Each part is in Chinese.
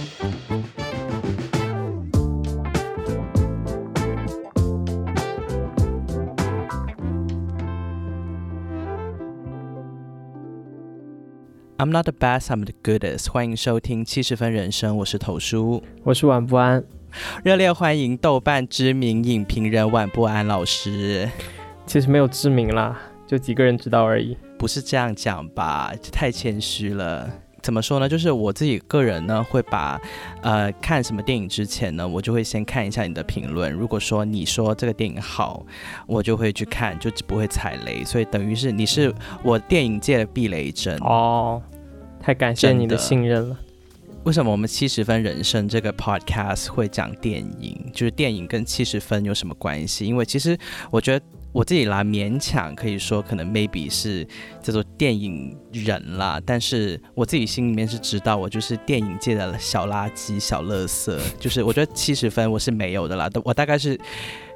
I'm not the best, I'm the goodest. 欢迎收听70分人生，我是头叔， 我是晚不安。 热烈欢迎豆瓣知名影评人晚不安老师。 其实没有知名啦，就几个人知道而已。 不是这样讲吧，太谦虚了。怎么说呢，就是我自己个人呢会把看什么电影之前呢，我就会先看一下你的评论。如果说你说这个电影好，我就会去看，就不会踩雷。所以等于是你是我电影界的避雷针哦，太感谢你的信任了。 为什么我们70分人生这个 podcast 会讲电影？就是电影跟70分有什么关系？因为其实我觉得我自己来勉强可以说可能 maybe 是叫做电影人啦，但是我自己心里面是知道我就是电影界的小垃圾小垃圾，就是我觉得70分我是没有的啦，我大概是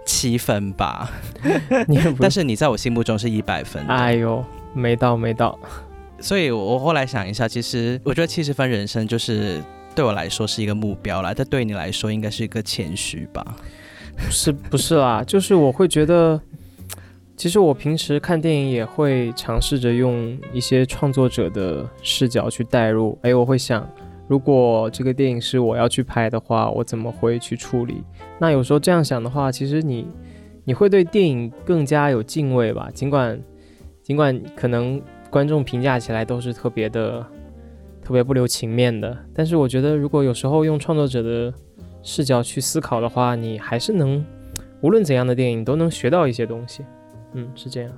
7分吧但是你在我心目中是100分的。 哎呦，没到。 所以我后来想一下，其实我觉得70分人生就是对我来说是一个目标啦，但对你来说应该是一个谦虚吧？ 不是啦，就是我会觉得其实我平时看电影也会尝试着用一些创作者的视角去带入。我会想，如果这个电影是我要去拍的话，我怎么会去处理？那有时候这样想的话，其实你会对电影更加有敬畏吧。尽管可能观众评价起来都是特别不留情面的，但是我觉得如果有时候用创作者的视角去思考的话，你还是能无论怎样的电影都能学到一些东西。是这样。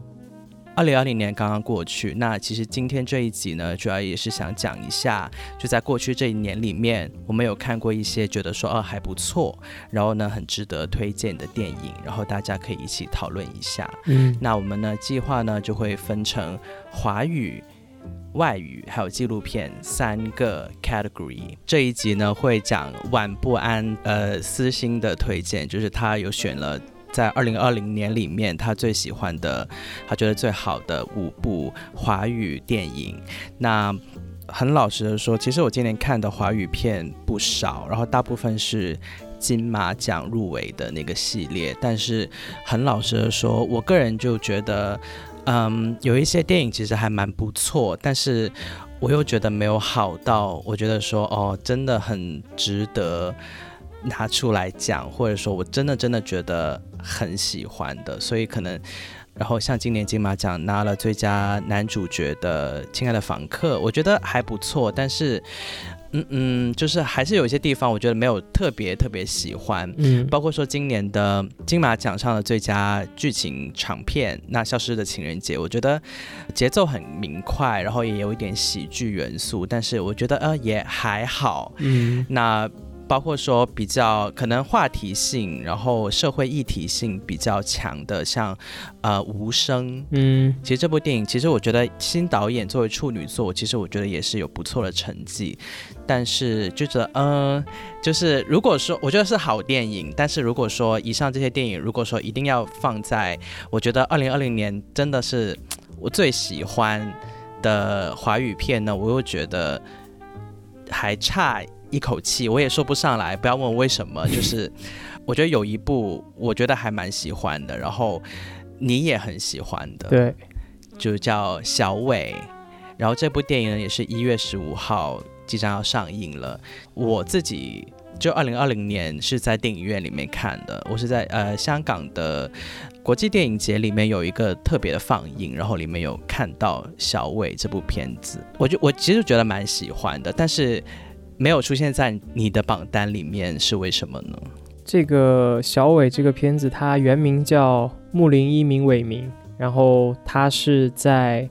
2020年刚刚过去，那其实今天这一集呢，主要也是想讲一下，就在过去这一年里面，我们有看过一些觉得说还不错，然后呢很值得推荐的电影，然后大家可以一起讨论一下。那我们呢计划呢就会分成华语、外语还有纪录片3个 category。 这一集呢会讲晚不安私心的推荐，就是他有选了在2020年里面他最喜欢的，他觉得最好的5部华语电影。那很老实的说，其实我今年看的华语片不少，然后大部分是金马奖入围的那个系列，但是很老实的说，我个人就觉得有一些电影其实还蛮不错，但是我又觉得没有好到我觉得说真的很值得拿出来讲，或者说我真的觉得很喜欢的。所以可能然后像今年金马奖拿了最佳男主角的《亲爱的房客》，我觉得还不错，但是就是还是有一些地方我觉得没有特别喜欢。包括说今年的金马奖上的最佳剧情长片，那《消失的情人节》，我觉得节奏很明快，然后也有一点喜剧元素，但是我觉得也还好。那包括说比较可能话题性，然后社会议题性比较强的，像无声。其实这部电影，其实我觉得新导演作为处女作，其实我觉得也是有不错的成绩，但是就觉得就是如果说我觉得是好电影，但是如果说以上这些电影，如果说一定要放在我觉得2020年真的是我最喜欢的华语片呢，我又觉得还差一口气，我也说不上来，不要问我为什么。就是我觉得有一部我觉得还蛮喜欢的，然后你也很喜欢的， 对， 就叫小伟。然后这部电影呢也是1月15号即将要上映了。我自己就2020年是在电影院里面看的，我是在香港的国际电影节里面有一个特别的放映，然后里面有看到小伟这部片子，我其实觉得蛮喜欢的，但是没有出现在你的榜单里面，是为什么呢？ 这个小伟这个片子，它原名叫《木林一名伟名》，然后它是在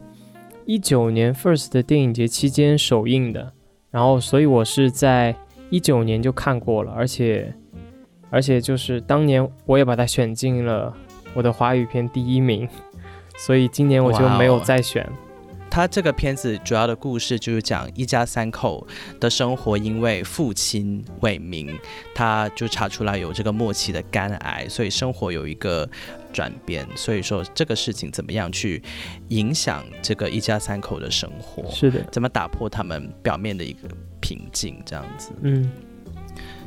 19年 FIRST 的电影节期间首映的，然后所以我是在19年就看过了，而且就是当年我也把它选进了我的华语片第1名，所以今年我就没有再选。 他这个片子主要的故事就是讲一家3口的生活，因为父亲伟明他就查出来有这个末期的肝癌，所以生活有一个转变，所以说这个事情怎么样去影响这个一家3口的生活， 是的， 怎么打破他们表面的一个平静这样子。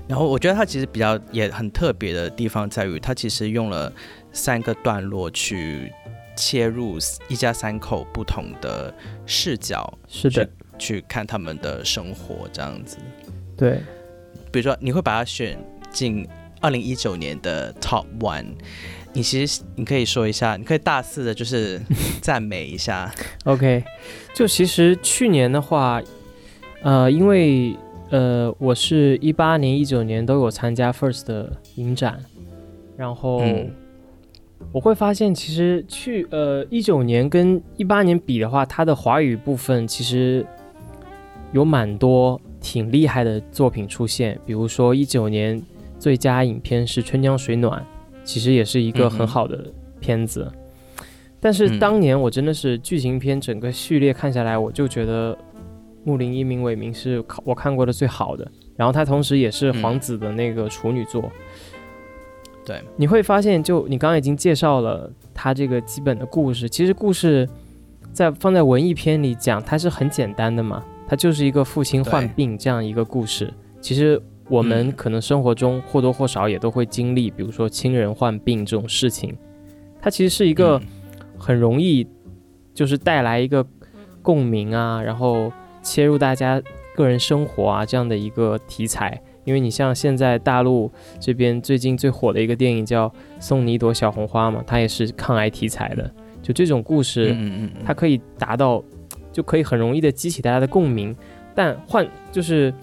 然后我觉得它其实比较也很特别的地方在于，它其实用了3个段落去切入一家3口不同的视角， 是的， 去看他们的生活这样子。 对， 比如说你会把它选进2019年的 Top One， 你可以说一下，你可以大肆的就是赞美一下。 OK， 就其实去年的话，因为我是18年、19年都有参加 First 的影展，然后我会发现，其实19年跟18年比的话，它的华语部分其实有蛮多挺厉害的作品出现，比如说19年最佳影片是《春江水暖》，其实也是一个很好的片子。但是当年我真的是剧情片整个序列看下来，我就觉得木林一鸣伟明是我看过的最好的，然后它同时也是黄子的那个处女作。 对， 你会发现，就你刚刚已经介绍了它这个基本的故事，其实故事放在文艺片里讲，它是很简单的嘛，它就是一个父亲患病这样一个故事。其实我们可能生活中或多或少也都会经历，比如说亲人患病这种事情，它其实是一个很容易就是带来一个共鸣啊，然后切入大家个人生活啊这样的一个题材。因为你像现在大陆这边最近最火的一个电影叫《送你一朵小红花》嘛，它也是抗癌题材的。就这种故事，它可以达到，就可以很容易的激起大家的共鸣。但就是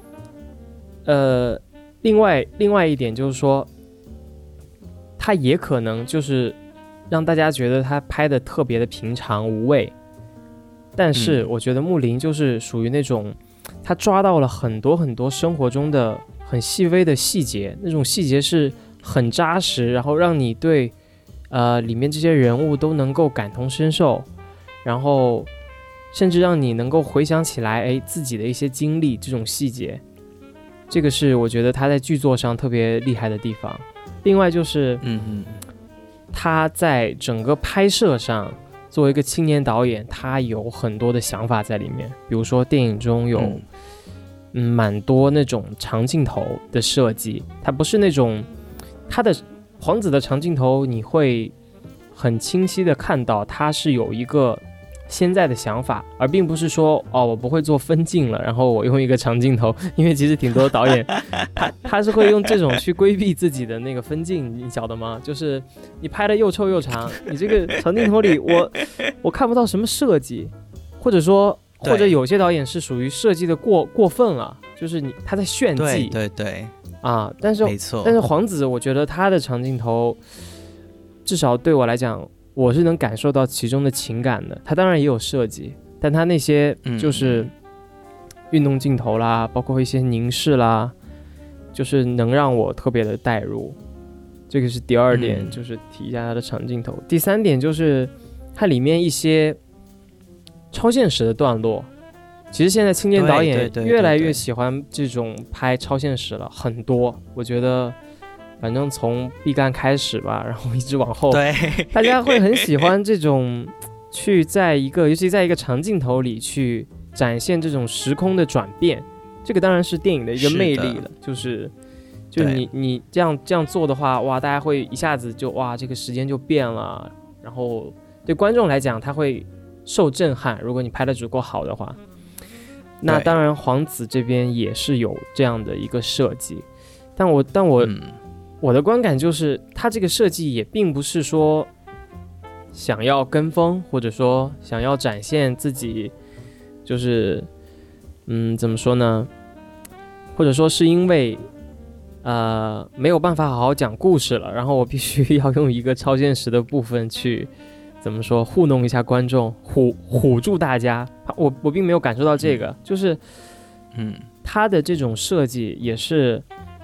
另外一点就是说，它也可能就是让大家觉得它拍的特别的平常无味。但是我觉得木林就是属于那种他抓到了很多很多生活中的很细微的细节，那种细节是很扎实，然后让你对里面这些人物都能够感同身受，然后甚至让你能够回想起来自己的一些经历，这种细节，这个是我觉得他在剧作上特别厉害的地方。另外就是他在整个拍摄上作为一个青年导演，他有很多的想法在里面。比如说电影中有蛮多那种长镜头的设计，它不是那种他的黄子的长镜头，你会很清晰的看到他是有一个现在的想法，而并不是说我不会做分镜了，然后我用一个长镜头。因为其实挺多导演他是会用这种去规避自己的那个分镜，你晓得吗？就是你拍的又臭又长，你这个长镜头里我看不到什么设计，或者有些导演是属于设计的过分了，就是他在炫技。 对但是没错。 但是黄子我觉得他的长镜头至少对我来讲，我是能感受到其中的情感的。他当然也有设计，但他那些就是运动镜头啦，包括一些凝视啦，就是能让我特别的带入。这个是第二点，就是提一下他的长镜头。第三点就是它里面一些超现实的段落。其实现在青年导演越来越喜欢这种拍超现实了，很多。我觉得反正从毕赣开始吧，然后一直往后，大家会很喜欢这种去尤其在一个长镜头里去展现这种时空的转变。这个当然是电影的一个魅力了，就你这样做的话，哇，大家会一下子就这个时间就变了，然后对观众来讲他会受震撼，如果你拍得足够好的话。那当然黄子这边也是有这样的一个设计，但我的观感就是他这个设计也并不是说想要跟风，或者说想要展现自己，就是怎么说呢，或者说是因为没有办法好好讲故事了，然后我必须要用一个超现实的部分去怎么说糊弄一下观众，唬住大家。我并没有感受到这个，就是他的这种设计也是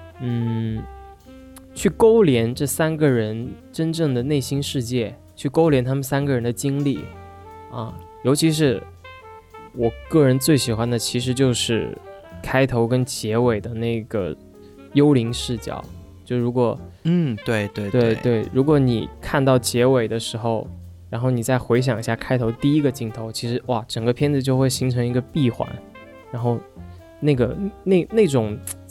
去勾连这3个人真正的内心世界，去勾连他们3个人的经历尤其是我个人最喜欢的其实就是开头跟结尾的那个幽灵视角。就如果对，如果你看到结尾的时候，然后你再回想一下开头第一个镜头，其实整个片子就会形成一个闭环，然后那种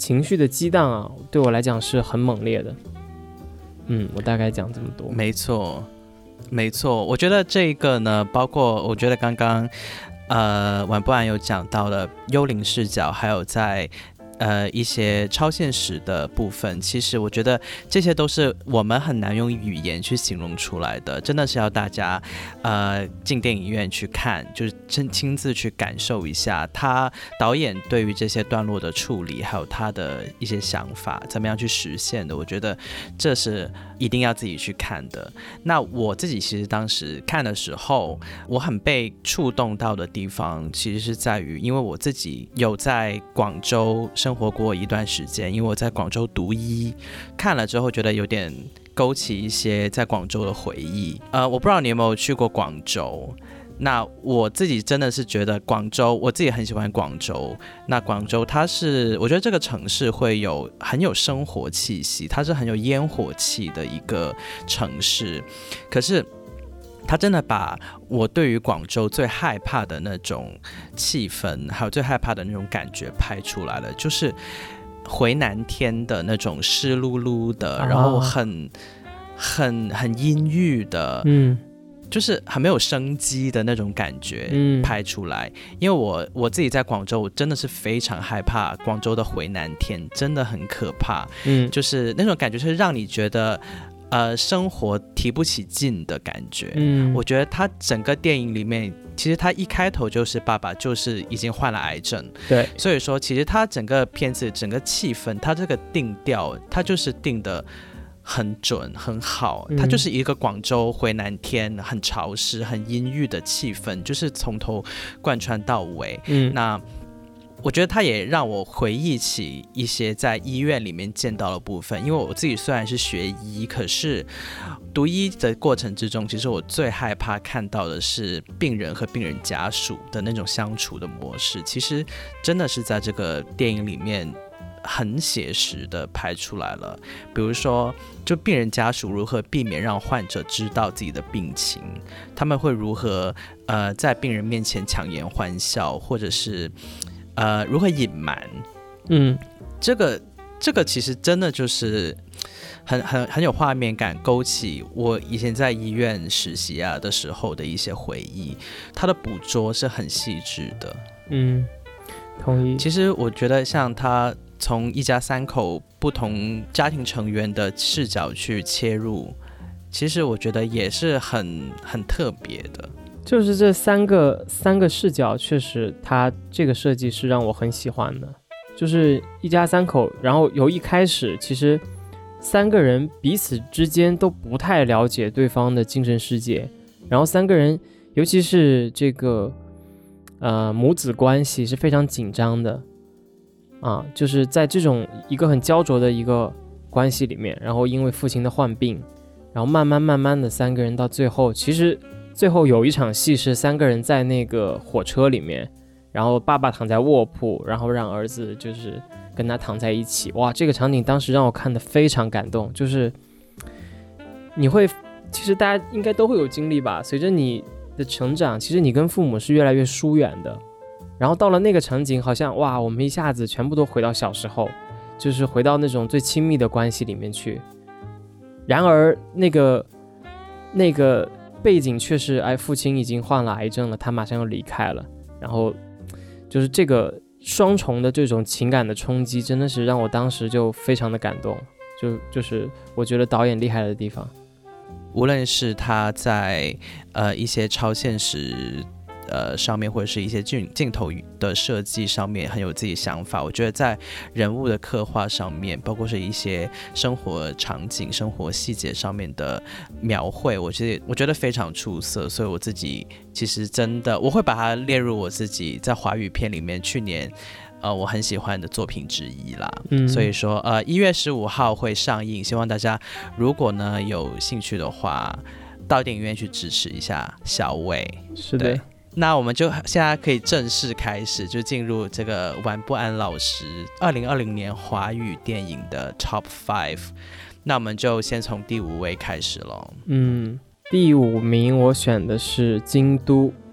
情绪的激荡啊，对我来讲是很猛烈的。我大概讲这么多。 没错，没错。我觉得这个呢，包括我觉得刚刚晚不晚有讲到的幽灵视角，还有在一些超现实的部分，其实我觉得这些都是我们很难用语言去形容出来的，真的是要大家进电影院去看，就是亲自去感受一下他导演对于这些段落的处理，还有他的一些想法怎么样去实现的，我觉得这是一定要自己去看的。那我自己其实当时看的时候，我很被触动到的地方其实是在于，因为我自己有在广州生活过一段时间，因为我在广州读医，看了之后觉得有点勾起一些在广州的回忆。我不知道你有没有去过广州，那我自己真的是觉得广州，我自己很喜欢广州。那广州它是，我觉得这个城市会很有生活气息，它是很有烟火气的一个城市。可是他真的把我对于广州最害怕的那种气氛，还有最害怕的那种感觉拍出来了，就是回南天的那种湿漉漉的，然后很阴郁的，就是很没有生机的那种感觉拍出来。因为我自己在广州，我真的是非常害怕广州的回南天，真的很可怕。就是那种感觉是让你觉得生活提不起劲的感觉。我觉得他整个电影里面，其实他一开头就是爸爸就是已经患了癌症， 对， 所以说其实他整个片子整个气氛，他这个定调，他就是定的很准很好，它就是一个广州回南天很潮湿很阴郁的气氛，就是从头贯穿到尾。那我觉得它也让我回忆起一些在医院里面见到的部分，因为我自己虽然是学医，可是读医的过程之中，其实我最害怕看到的是病人和病人家属的那种相处的模式，其实真的是在这个电影里面很写实的拍出来了。比如说就病人家属如何避免让患者知道自己的病情，他们会如何在病人面前强颜欢笑，或者是如何隐瞒。这个其实真的就是很有画面感，勾起我以前在医院实习的时候的一些回忆。他的捕捉是很细致的。 同意。 其实我觉得像他从一家三口不同家庭成员的视角去切入，其实我觉得也是很特别的。 就是这三个视角，确实他这个设计是让我很喜欢的。就是一家三口，然后由一开始其实三个人彼此之间都不太了解对方的精神世界，然后三个人尤其是这个母子关系是非常紧张的就是在这种一个很焦灼的一个关系里面，然后因为父亲的患病，然后慢慢的三个人到最后，其实最后有一场戏是三个人在那个火车里面，然后爸爸躺在卧铺，然后让儿子就是跟他躺在一起。哇，这个场景当时让我看得非常感动。就是其实大家应该都会有经历吧，随着你的成长，其实你跟父母是越来越疏远的，然后到了那个场景，好像哇，我们一下子全部都回到小时候，就是回到那种最亲密的关系里面去。然而那个背景却是父亲已经患了癌症了，他马上要离开了，然后就是这个双重的这种情感的冲击，真的是让我当时就非常的感动。就是我觉得导演厉害的地方， 无论是他在一些超现实上面，或者是一些镜头的设计上面很有自己想法。我觉得在人物的刻画上面，包括是一些生活场景生活细节上面的描绘，我觉得非常出色。所以我自己其实真的我会把它列入我自己在华语片里面去年我很喜欢的作品之一啦。所以说1月15号会上映，希望大家如果呢有兴趣的话，到电影院去支持一下小伟。 是的。 那我们就现在可以正式开始，就进入这个晚不安老师2020年华语电影的 Top 5。那我们就先从第5位开始咯。 第5名我选的是京都。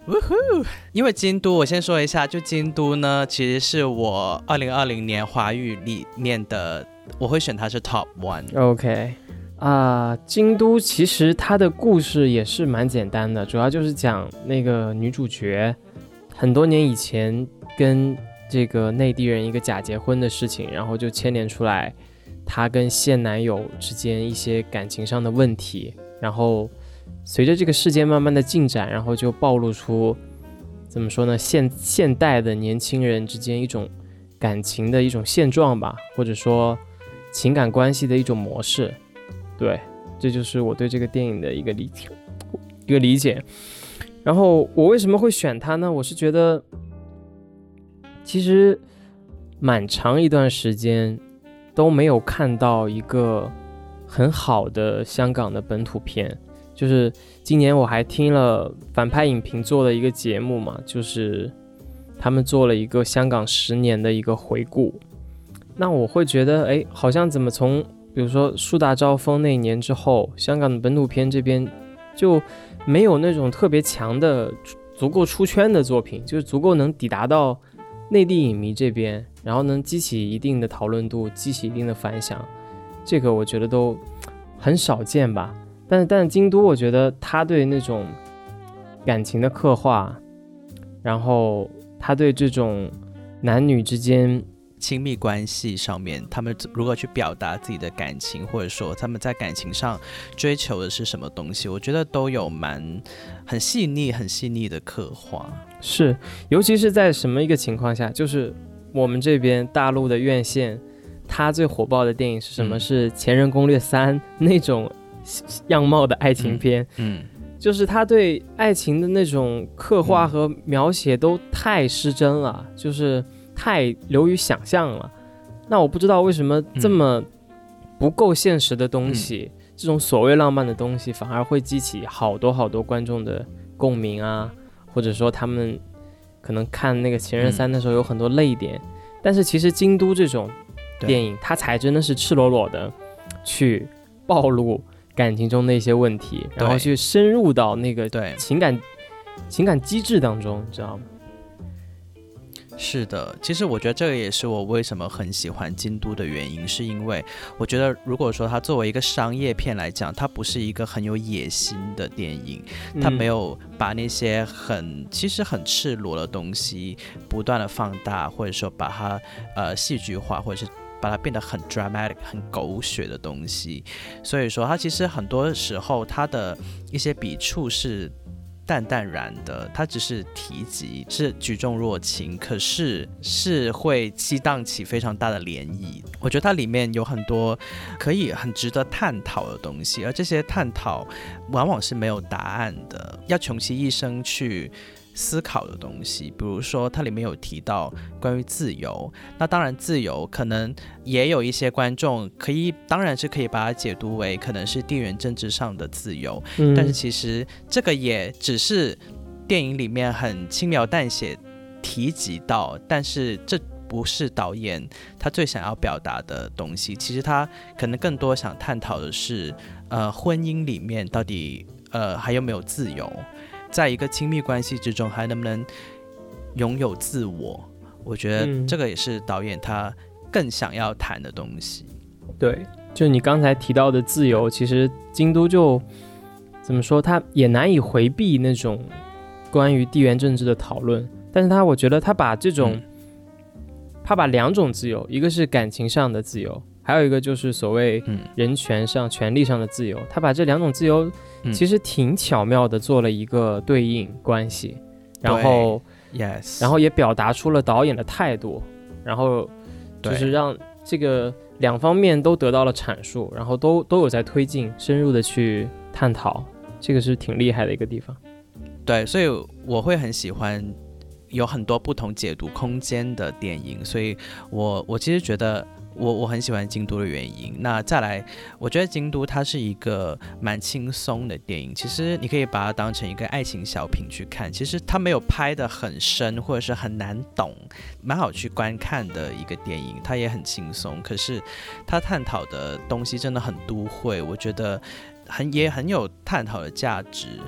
因为京都，我先说一下，就京都呢，其实是我2020年华语里面的，我会选它是 Top One。OK， 京都其实它的故事也是蛮简单的，主要就是讲那个女主角很多年以前跟这个内地人一个假结婚的事情，然后就牵连出来她跟现男友之间一些感情上的问题，然后随着这个事件慢慢的进展，然后就暴露出怎么说呢，现代的年轻人之间一种感情的一种现状吧，或者说情感关系的一种模式。对，这就是我对这个电影的一个理解。然后我为什么会选它呢？我是觉得其实蛮长一段时间都没有看到一个很好的香港的本土片。就是今年我还听了反派影评做的一个节目嘛，就是他们做了一个香港10年的一个回顾。那我会觉得好像怎么从比如说树大招风那一年之后，香港的本土片这边就没有那种特别强的足够出圈的作品，就是足够能抵达到内地影迷这边，然后能激起一定的讨论度，激起一定的反响，这个我觉得都很少见吧。但是京都我觉得他对那种感情的刻画，然后他对这种男女之间亲密关系上面，他们如何去表达自己的感情，或者说他们在感情上追求的是什么东西，我觉得都有很细腻的刻画。 是，尤其是在什么一个情况下，就是我们这边大陆的院线它最火爆的电影是什么？是《前任攻略3》那种样貌的爱情片。就是他对爱情的那种刻画和描写都太失真了，就是太流于想象了。那我不知道为什么这么不够现实的东西，这种所谓浪漫的东西反而会激起好多好多观众的共鸣啊，或者说他们可能看那个《前任3》的时候有很多泪点。但是其实京都这种电影它才真的是赤裸裸的去暴露感情中的一些问题，然后去深入到那个情感机制当中，你知道吗？ 是的，其实我觉得这个也是我为什么很喜欢京都的原因，是因为我觉得如果说它作为一个商业片来讲，它不是一个很有野心的电影，它没有把那些其实很赤裸的东西不断的放大，或者说把它戏剧化，或者是把它变得很 dramatic 很狗血的东西。所以说它其实很多时候它的一些笔触是淡淡然的，它只是提及，是举重若轻，可是是会激荡起非常大的涟漪。我觉得它里面有很多可以很值得探讨的东西，而这些探讨往往是没有答案的，要穷其一生去思考的东西。比如说它里面有提到关于自由，那当然自由可能也有一些观众当然是可以把它解读为可能是地缘政治上的自由，但是其实这个也只是电影里面很轻描淡写提及到，但是这不是导演他最想要表达的东西。其实他可能更多想探讨的是婚姻里面到底还有没有自由，在一个亲密关系之中还能不能拥有自我，我觉得这个也是导演他更想要谈的东西。 对，就你刚才提到的自由，其实京都就怎么说，他也难以回避那种关于地缘政治的讨论，但是我觉得他把这种他把两种自由，一个是感情上的自由，还有一个就是所谓人权上权利上的自由，他把这两种自由其实挺巧妙的做了一个对应关系，然后也表达出了导演的态度，然后就是让这个两方面都得到了阐述，然后都有在推进深入的去探讨，这个是挺厉害的一个地方。 对，所以我会很喜欢有很多不同解读空间的电影，所以我其实觉得我很喜欢京都的原因。那再来，我觉得京都它是一个蛮轻松的电影，其实你可以把它当成一个爱情小品去看，其实它没有拍得很深或者是很难懂，蛮好去观看的一个电影，它也很轻松，可是它探讨的东西真的很都会，我觉得也很有探讨的价值。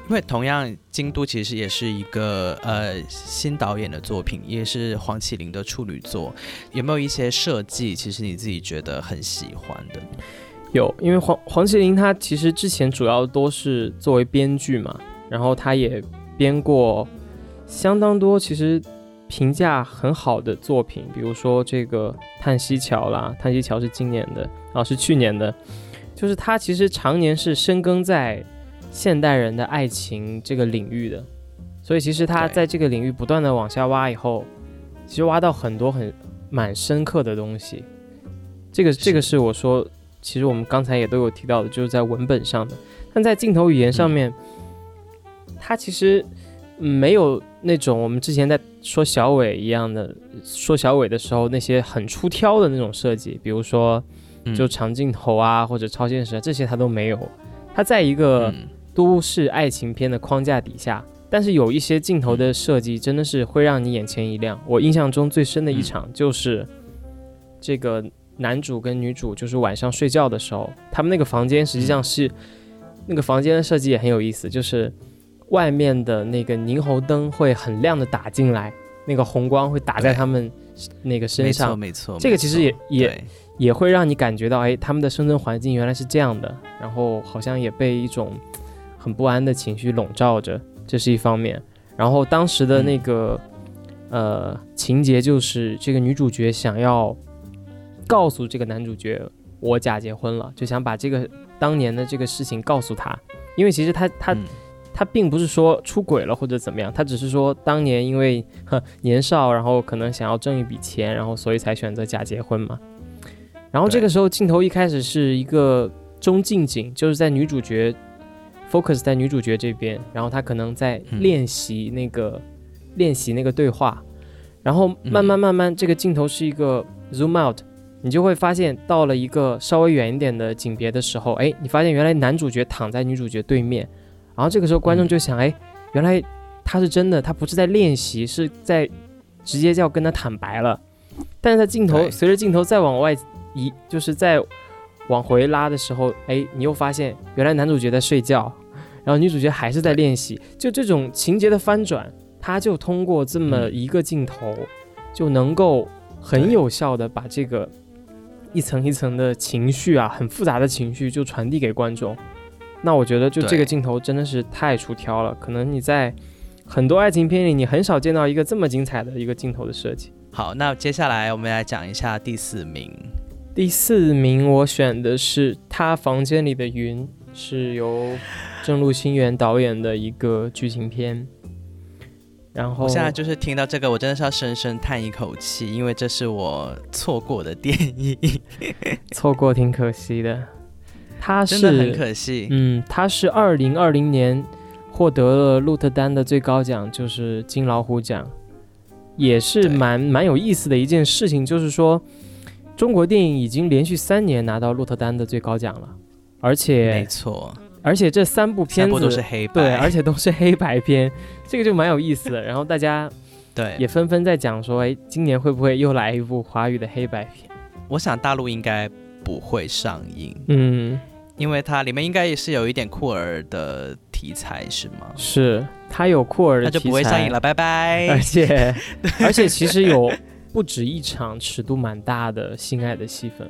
因为同样京都其实也是一个新导演的作品，也是黄绮玲的处女作，有没有一些设计其实你自己觉得很喜欢的？ 有，因为黄绮玲她其实之前主要都是作为编剧嘛，然后她也编过相当多其实评价很好的作品，比如说这个叹息桥啦，叹息桥是今年的是去年的，就是她其实常年是深耕在现代人的爱情这个领域的，所以其实她在这个领域不断的往下挖以后，其实挖到很多蛮深刻的东西，这个是我说其实我们刚才也都有提到的，就是在文本上的，但在镜头语言上面，它其实没有那种我们之前在说小伟一样的，说小伟的时候那些很出挑的那种设计，比如说就长镜头啊，或者超现实啊，这些它都没有。它在一个都市爱情片的框架底下，但是有一些镜头的设计真的是会让你眼前一亮。我印象中最深的一场就是这个男主跟女主就是晚上睡觉的时候，他们那个房间实际上是那个房间的设计也很有意思，就是外面的那个霓虹灯会很亮的打进来，那个红光会打在他们那个身上， 没错， 这个其实也会让你感觉到，他们的生存环境原来是这样的，然后好像也被一种很不安的情绪笼罩着，这是一方面。然后当时的那个情节就是这个女主角想要告诉这个男主角我假结婚了，就想把这个当年的这个事情告诉他，因为其实他并不是说出轨了或者怎么样，他只是说当年因为年少，然后可能想要挣一笔钱，然后所以才选择假结婚嘛。然后这个时候镜头一开始是一个中近景，就是在女主角 focus 在女主角这边，然后她可能在练习那个对话，然后慢慢这个镜头是一个 zoom out，你就会发现到了一个稍微远一点的景别的时候，你发现原来男主角躺在女主角对面，然后这个时候观众就想，原来他是真的，他不是在练习，是在直接就要跟他坦白了。但是他镜头随着镜头再往外移，就是在往回拉的时候，你又发现原来男主角在睡觉，然后女主角还是在练习，就这种情节的翻转，他就通过这么一个镜头，就能够很有效的把这个一层一层的情绪啊，很复杂的情绪就传递给观众。那我觉得就这个镜头真的是太出挑了，可能你在很多爱情片里你很少见到一个这么精彩的一个镜头的设计。 好，那接下来我们来讲一下第4名。 第4名我选的是他房间里的云，是由正路清源导演的一个剧情片。然后我现在就是听到这个，我真的是要深深叹一口气，因为这是我错过的电影。 错过挺可惜的，他是真的很可惜。 他是2020年获得了鹿特丹的最高奖，就是金老虎奖，也是蛮有意思的一件事情，就是说中国电影已经连续3年拿到鹿特丹的最高奖了，而且没错， 而且这3部片子都是黑白， 对，而且都是黑白片，这个就蛮有意思的。然后大家也纷纷在讲说，今年会不会又来一部华语的黑白片？ 我想大陆应该不会上映，因为它里面应该也是有一点酷儿的题材，是吗？ 是，它有酷儿的题材， 那就不会上映了，拜拜。 而且其实有不止一场尺度蛮大的性爱的戏份。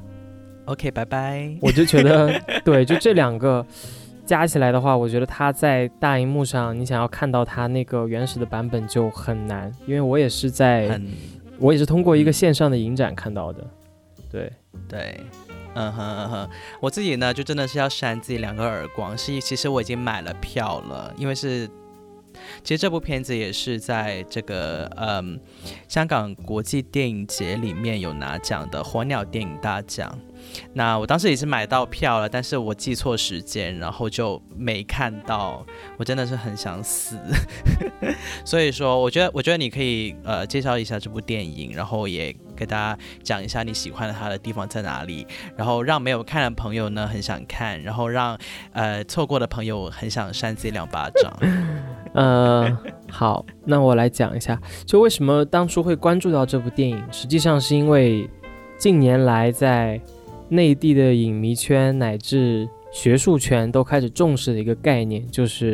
OK， 拜拜。 我就觉得，对，就这2个加起来的话，我觉得它在大荧幕上，你想要看到它那个原始的版本就很难，因为我也是通过一个线上的影展看到的。对， 我自己呢，就真的是要扇自己2个耳光，其实我已经买了票了，因为其实这部片子也是在这个香港国际电影节里面有拿奖的火鸟电影大奖。那我当时也是买到票了，但是我记错时间，然后就没看到，我真的是很想死。所以说我觉得你可以介绍一下这部电影，然后也给大家讲一下你喜欢它的地方在哪里，然后让没有看的朋友呢很想看，然后让错过的朋友很想扇自己2巴掌。 好，那我来讲一下，就为什么当初会关注到这部电影，实际上是因为近年来在内地的影迷圈乃至学术圈都开始重视的一个概念，就是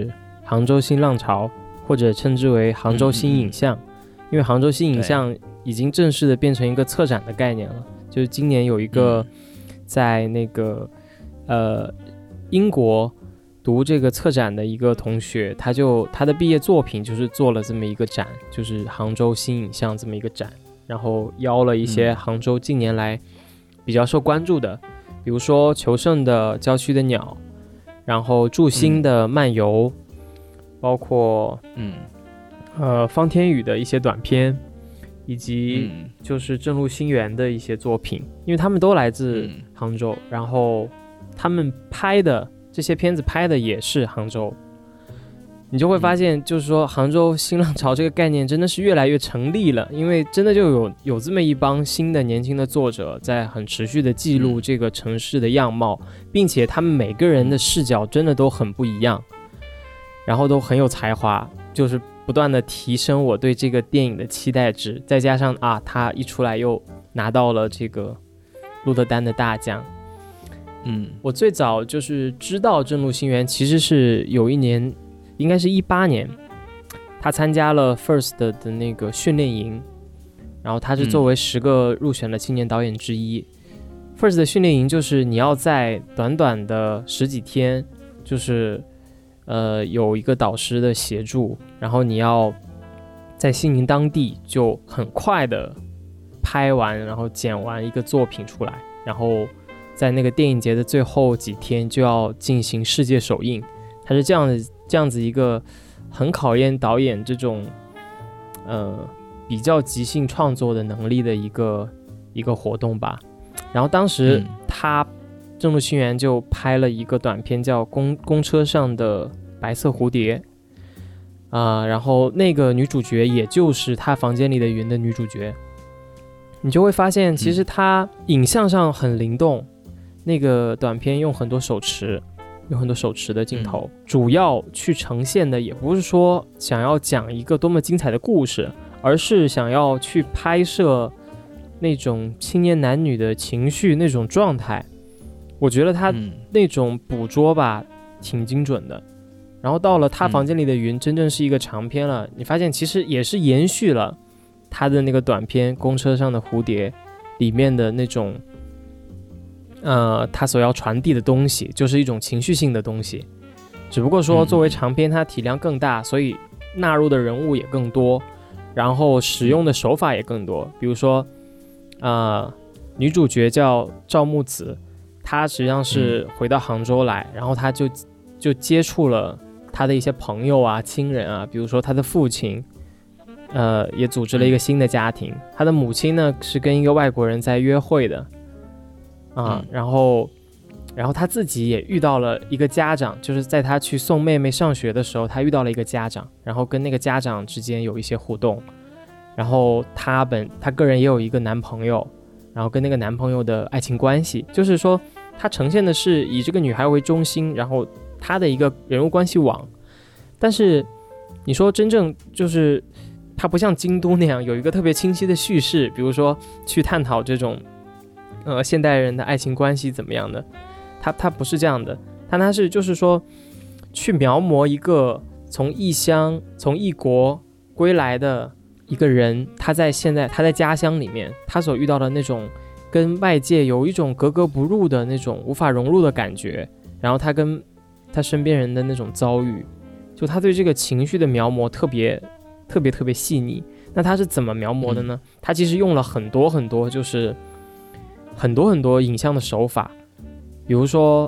杭州新浪潮，或者称之为杭州新影像，因为杭州新影像已经正式的变成一个策展的概念了。就是今年有一个在那个英国读这个策展的一个同学，他的毕业作品就是做了这么一个展，就是杭州新影像这么一个展，然后邀了一些杭州近年来比较受关注的，比如说求胜的郊区的鸟，然后祝星的漫游，包括方天宇的一些短片，以及就是正路星源的一些作品，因为他们都来自杭州，然后他们拍的这些片子拍的也是杭州，你就会发现就是说杭州新浪潮这个概念真的是越来越成立了，因为真的就有这么一帮新的年轻的作者在很持续的记录这个城市的样貌，并且他们每个人的视角真的都很不一样，然后都很有才华，就是不断的提升我对这个电影的期待值，再加上他一出来又拿到了这个鹿特丹的大奖。我最早就是知道正路星源其实是有一年，应该是18年，他参加了 FIRST 的那个训练营，然后他是作为10个入选的青年导演之一。FIRST 的训练营就是你要在短短的10几天，就是有一个导师的协助，然后你要在西宁当地就很快的拍完，然后剪完一个作品出来，然后在那个电影节的最后几天就要进行世界首映。它是这样子一个很考验导演这种比较即兴创作的能力的一个活动吧。然后当时他正路星源就拍了一个短片叫公车上的白色蝴蝶然后那个女主角也就是他房间里的云的女主角。你就会发现其实他影像上很灵动，那个短片用很多手持的镜头，主要去呈现的也不是说想要讲一个多么精彩的故事，而是想要去拍摄那种青年男女的情绪那种状态。我觉得他那种捕捉吧挺精准的。然后到了他房间里的云真正是一个长片了，你发现其实也是延续了他的那个短片公车上的蝴蝶里面的那种他所要传递的东西，就是一种情绪性的东西，只不过说作为长片它体量更大，所以纳入的人物也更多，然后使用的手法也更多。比如说女主角叫赵木子，她实际上是回到杭州来，然后她就接触了她的一些朋友啊亲人啊，比如说她的父亲也组织了一个新的家庭，她的母亲呢是跟一个外国人在约会的然后他自己也遇到了一个家长，就是在他去送妹妹上学的时候，他遇到了一个家长，然后跟那个家长之间有一些互动，然后他个人也有一个男朋友，然后跟那个男朋友的爱情关系，就是说他呈现的是以这个女孩为中心，然后他的一个人物关系网。但是你说真正就是他不像京都那样有一个特别清晰的叙事，比如说去探讨这种现代人的爱情关系怎么样的，他不是这样的，他是就是说去描摹一个从异乡从异国归来的一个人，他在家乡里面他所遇到的那种跟外界有一种格格不入的那种无法融入的感觉，然后他跟他身边人的那种遭遇，就他对这个情绪的描摹特别细腻。那他是怎么描摹的呢？他其实用了很多就是很多影像的手法，比如说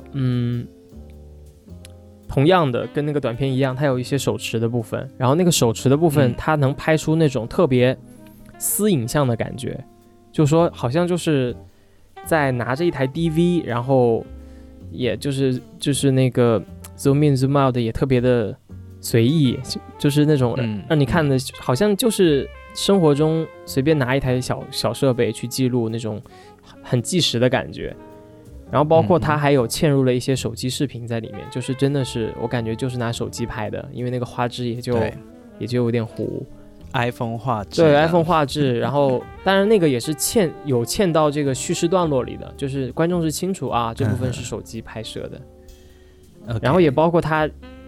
同样的跟那个短片一样，它有一些手持的部分，然后那个手持的部分它能拍出那种特别私影像的感觉，就是说好像就是在拿着一台 DV， 然后也就是那个 zoom in zoom out 的也特别的随意，就是那种让你看的好像就是生活中随便拿一台小设备去记录那种很纪实的感觉。然后包括他还有嵌入了一些手机视频在里面，就是真的是我感觉就是拿手机拍的，因为那个画质也就有点糊 iPhone 画质， 对 iPhone 画质。然后当然那个也是嵌到这个叙事段落里的，就是观众是清楚这部分是手机拍摄的然后也包括他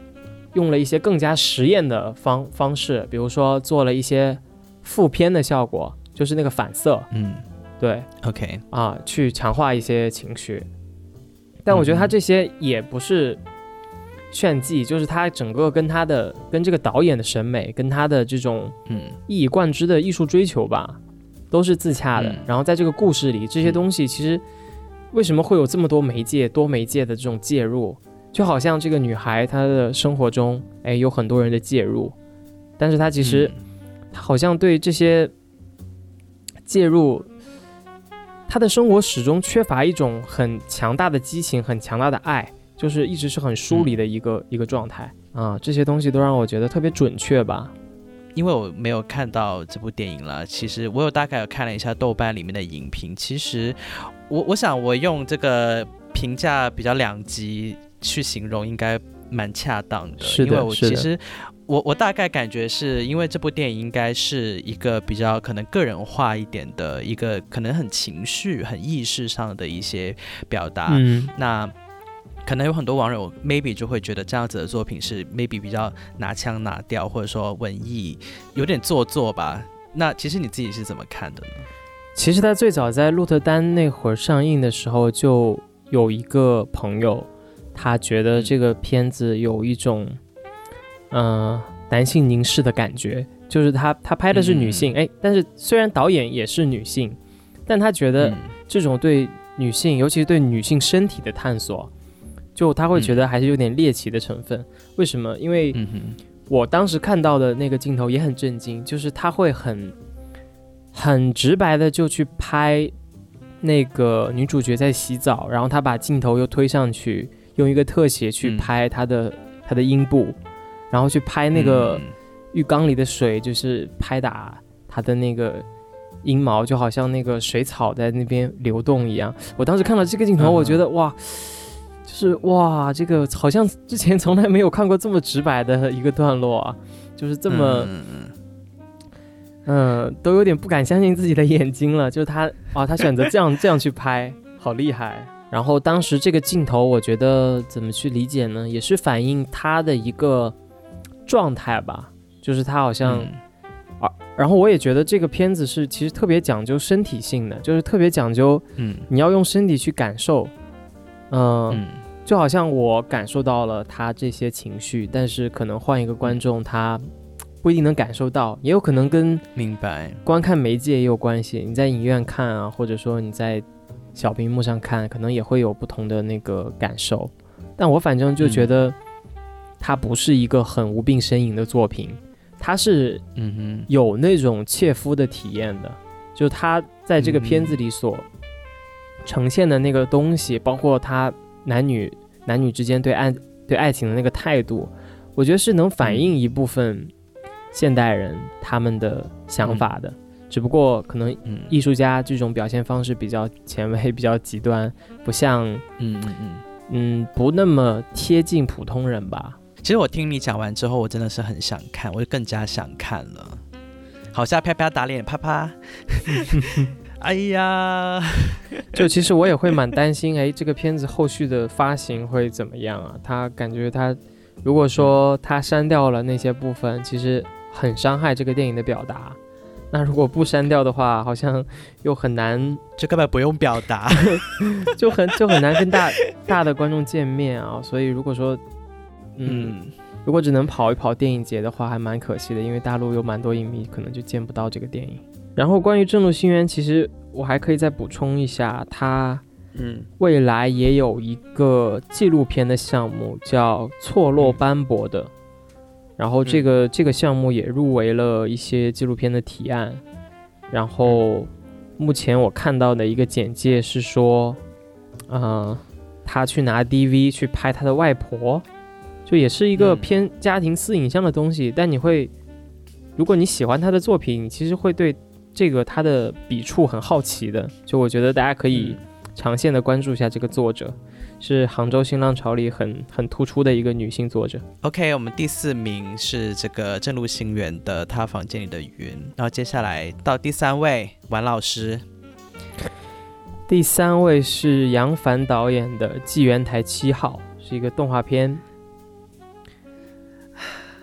用了一些更加实验的方式，比如说做了一些负偏的效果，就是那个反色，对 ，OK 去强化一些情绪。但我觉得他这些也不是炫技，就是他整个跟这个导演的审美，跟他的这种一以贯之的艺术追求吧，都是自洽的。然后在这个故事里，这些东西其实为什么会有这么多多媒介的这种介入？就好像这个女孩她的生活中，有很多人的介入，但是她其实她好像对这些介入，她的生活始终缺乏一种很强大的激情，很强大的爱，就是一直是很疏离的一个状态这些东西都让我觉得特别准确吧。 因为我没有看到这部电影了，其实我大概有看了一下豆瓣里面的影评，其实我想我用这个评价比较两极去形容应该蛮恰当的， 是的， 因为我其实我大概感觉是因为这部电影应该是一个比较可能个人化一点的一个可能很情绪很意识上的一些表达，那可能有很多网友 maybe 就会觉得这样子的作品是 maybe 比较拿腔拿调，或者说文艺有点做作吧。那其实你自己是怎么看的呢？ 其实他最早在鹿特丹那会儿上映的时候，就有一个朋友，他觉得这个片子有一种男性凝视的感觉，就是他拍的是女性，但是虽然导演也是女性，但他觉得这种对女性，尤其是对女性身体的探索，就他会觉得还是有点猎奇的成分。为什么？因为我当时看到的那个镜头也很震惊，就是他会很直白的就去拍那个女主角在洗澡，然后他把镜头又推上去，用一个特写去拍她的阴部，然后去拍那个浴缸里的水，就是拍打她的那个阴毛，就好像那个水草在那边流动一样。我当时看到这个镜头，我觉得哇，就是哇，这个好像之前从来没有看过这么直白的一个段落啊，就是这么都有点不敢相信自己的眼睛了，就是他选择这样去拍，好厉害。然后当时这个镜头，我觉得怎么去理解呢？也是反映他的一个状态吧，就是他好像然后我也觉得这个片子是其实特别讲究身体性的，就是特别讲究你要用身体去感受，就好像我感受到了他这些情绪，但是可能换一个观众他不一定能感受到，也有可能跟观看媒介也有关系。你在影院看啊，或者说你在小屏幕上看，可能也会有不同的那个感受。但我反正就觉得它不是一个很无病呻吟的作品，它是有那种切肤的体验的，就是它在这个片子里所呈现的那个东西，包括它男女之间对爱情的那个态度，我觉得是能反映一部分现代人他们的想法的，只不过可能艺术家这种表现方式比较前卫，比较极端，不像不那么贴近普通人吧。 其实我听你讲完之后，我真的是很想看，我就更加想看了。好像啪啪打脸，啪啪。哎呀， 就其实我也会蛮担心，这个片子后续的发行会怎么样啊？他感觉他如果说他删掉了那些部分，其实很伤害这个电影的表达。那如果不删掉的话，好像又很难， 就根本不用表达， 就很难跟大的观众见面啊。所以如果说，如果只能跑一跑电影节的话，还蛮可惜的，因为大陆有蛮多影迷可能就见不到这个电影。然后关于正路星源，其实我还可以再补充一下，它未来也有一个纪录片的项目叫错落斑驳的。然后这个项目也入围了一些纪录片的提案，然后目前我看到的一个简介是说，他去拿 DV 去拍他的外婆，就也是一个偏家庭私影像的东西，但如果你喜欢他的作品，你其实会对这个他的笔触很好奇的，就我觉得大家可以长线的关注一下这个作者。是杭州新浪潮里很突出的一个女性作者。 OK， 我们第4名是这个正路星源的他房间里的云，然后接下来到第3位王老师。 第3位是杨凡导演的纪元台7号，是一个动画片。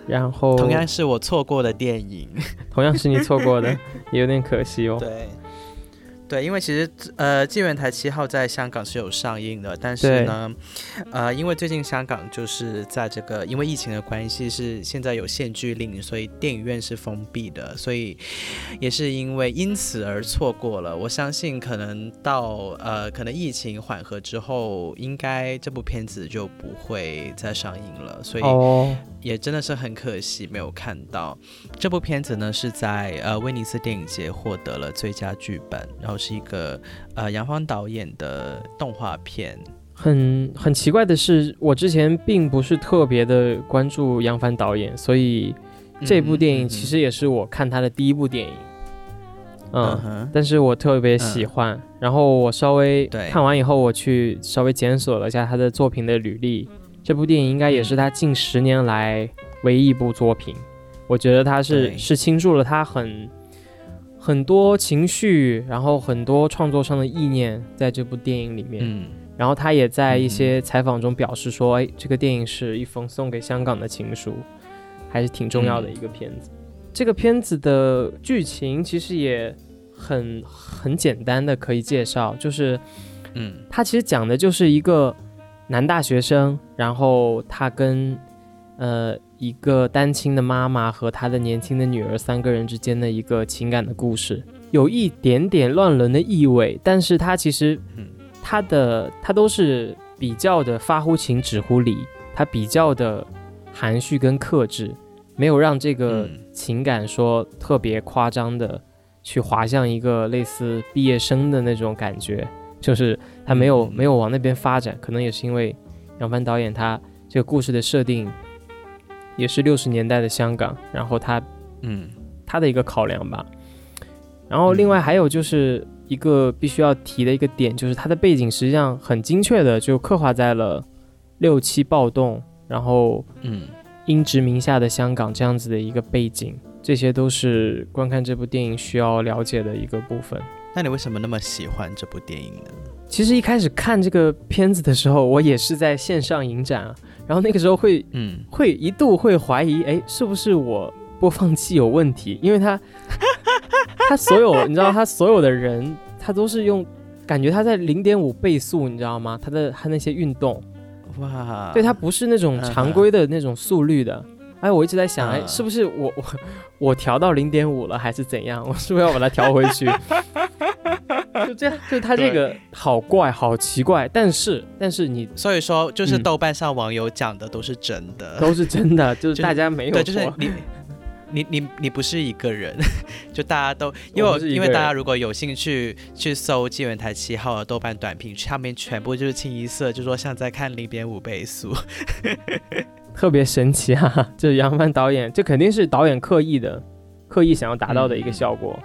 然后同样是我错过的电影， 同样是你错过的，也有点可惜哦。 对，因为其实纪元台7号在香港是有上映的，但是呢，因为最近香港就是在这个因为疫情的关系是现在有限聚令，所以电影院是封闭的，所以也是因此而错过了。我相信可能到可能疫情缓和之后，应该这部片子就不会再上映了，所以也真的是很可惜没有看到。这部片子呢是在威尼斯电影节获得了最佳剧本，然后是一个杨芳导演的动画片。 很奇怪的是，我之前并不是特别的关注杨帆导演，所以这部电影其实也是我看他的第一部电影。但是我特别喜欢，然后我稍微看完以后，我去稍微检索了一下他的作品的履历，这部电影应该也是他近10年来唯一一部作品。我觉得他是倾注了他很多情绪，然后很多创作上的意念在这部电影里面。然后他也在一些采访中表示说，这个电影是一封送给香港的情书，还是挺重要的一个片子。这个片子的剧情其实也很简单的可以介绍，就是他其实讲的就是一个男大学生，然后他跟一个单亲的妈妈和他的年轻的女儿3个人之间的一个情感的故事，有一点点乱伦的意味，但是他其实他都是比较的发乎情止乎礼，他比较的含蓄跟克制，没有让这个情感说特别夸张的去滑向一个类似毕业生的那种感觉，就是他没有往那边发展，可能也是因为杨帆导演他这个故事的设定也是60年代的香港，然后他的一个考量吧。然后另外还有就是一个必须要提的一个点，就是他的背景实际上很精确的就刻画在了67暴动，然后英殖民下的香港这样子的一个背景，这些都是观看这部电影需要了解的一个部分。 那你为什么那么喜欢这部电影呢？ 其实一开始看这个片子的时候，我也是在线上影展然后那个时候会一度会怀疑，是不是我播放器有问题？因为他所有你知道，他所有的人他都是用，感觉他在0.5倍速，你知道吗？他那些运动， 哇， 对，他不是那种常规的那种速率的。我一直在想，是不是我调到0.5了，还是怎样？我是不是要把它调回去？就这样，就他这个好怪，好奇怪。但是你， 所以说就是豆瓣上网友讲的都是真的， 都是真的，就是大家没有错， 对，就是你不是一个人，就大家都因为大家如果有兴趣去搜纪元台7号的豆瓣短评，上面全部就是清一色，就说像在看0.5倍速。 特别神奇啊！这杨帆导演，这肯定是导演刻意想要达到的一个效果。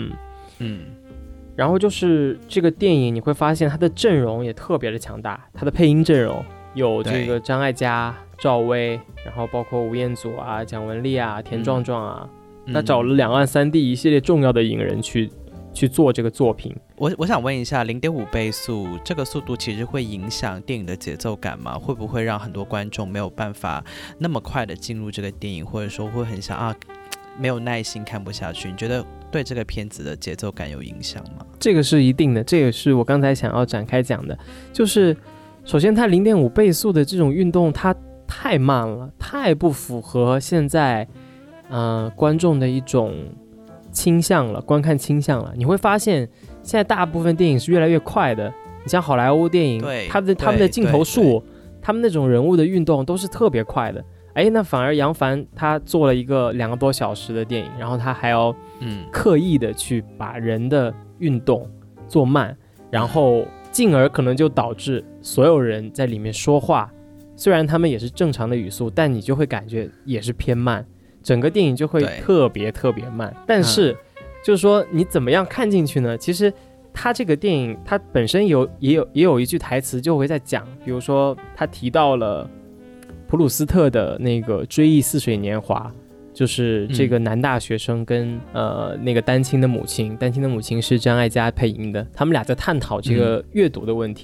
然后就是这个电影，你会发现它的阵容也特别的强大，它的配音阵容有这个张艾嘉、赵薇，然后包括吴彦祖啊、蒋雯丽啊、田壮壮啊，他找了两岸三地一系列重要的影人去做这个作品。 我想问一下，0.5倍速这个速度其实会影响电影的节奏感吗？会不会让很多观众没有办法那么快的进入这个电影，或者说会很想没有耐心看不下去？你觉得对这个片子的节奏感有影响吗？ 这个是一定的，这也是我刚才想要展开讲的，就是首先它0.5倍速的这种运动它太慢了，太不符合现在观众的一种倾向了，观看倾向了。你会发现现在大部分电影是越来越快的，你像好莱坞电影，他们的镜头数，他们那种人物的运动都是特别快的。那反而杨帆他做了一个2个多小时的电影，然后他还要刻意的去把人的运动做慢，然后进而可能就导致所有人在里面说话，虽然他们也是正常的语速，但你就会感觉也是偏慢，整个电影就会特别特别慢。但是就是说你怎么样看进去呢？其实他这个电影他本身也有一句台词就会在讲，比如说他提到了普鲁斯特的那个追忆似水年华，就是这个男大学生跟那个单亲的母亲是张艾嘉配音的，他们俩在探讨这个阅读的问题。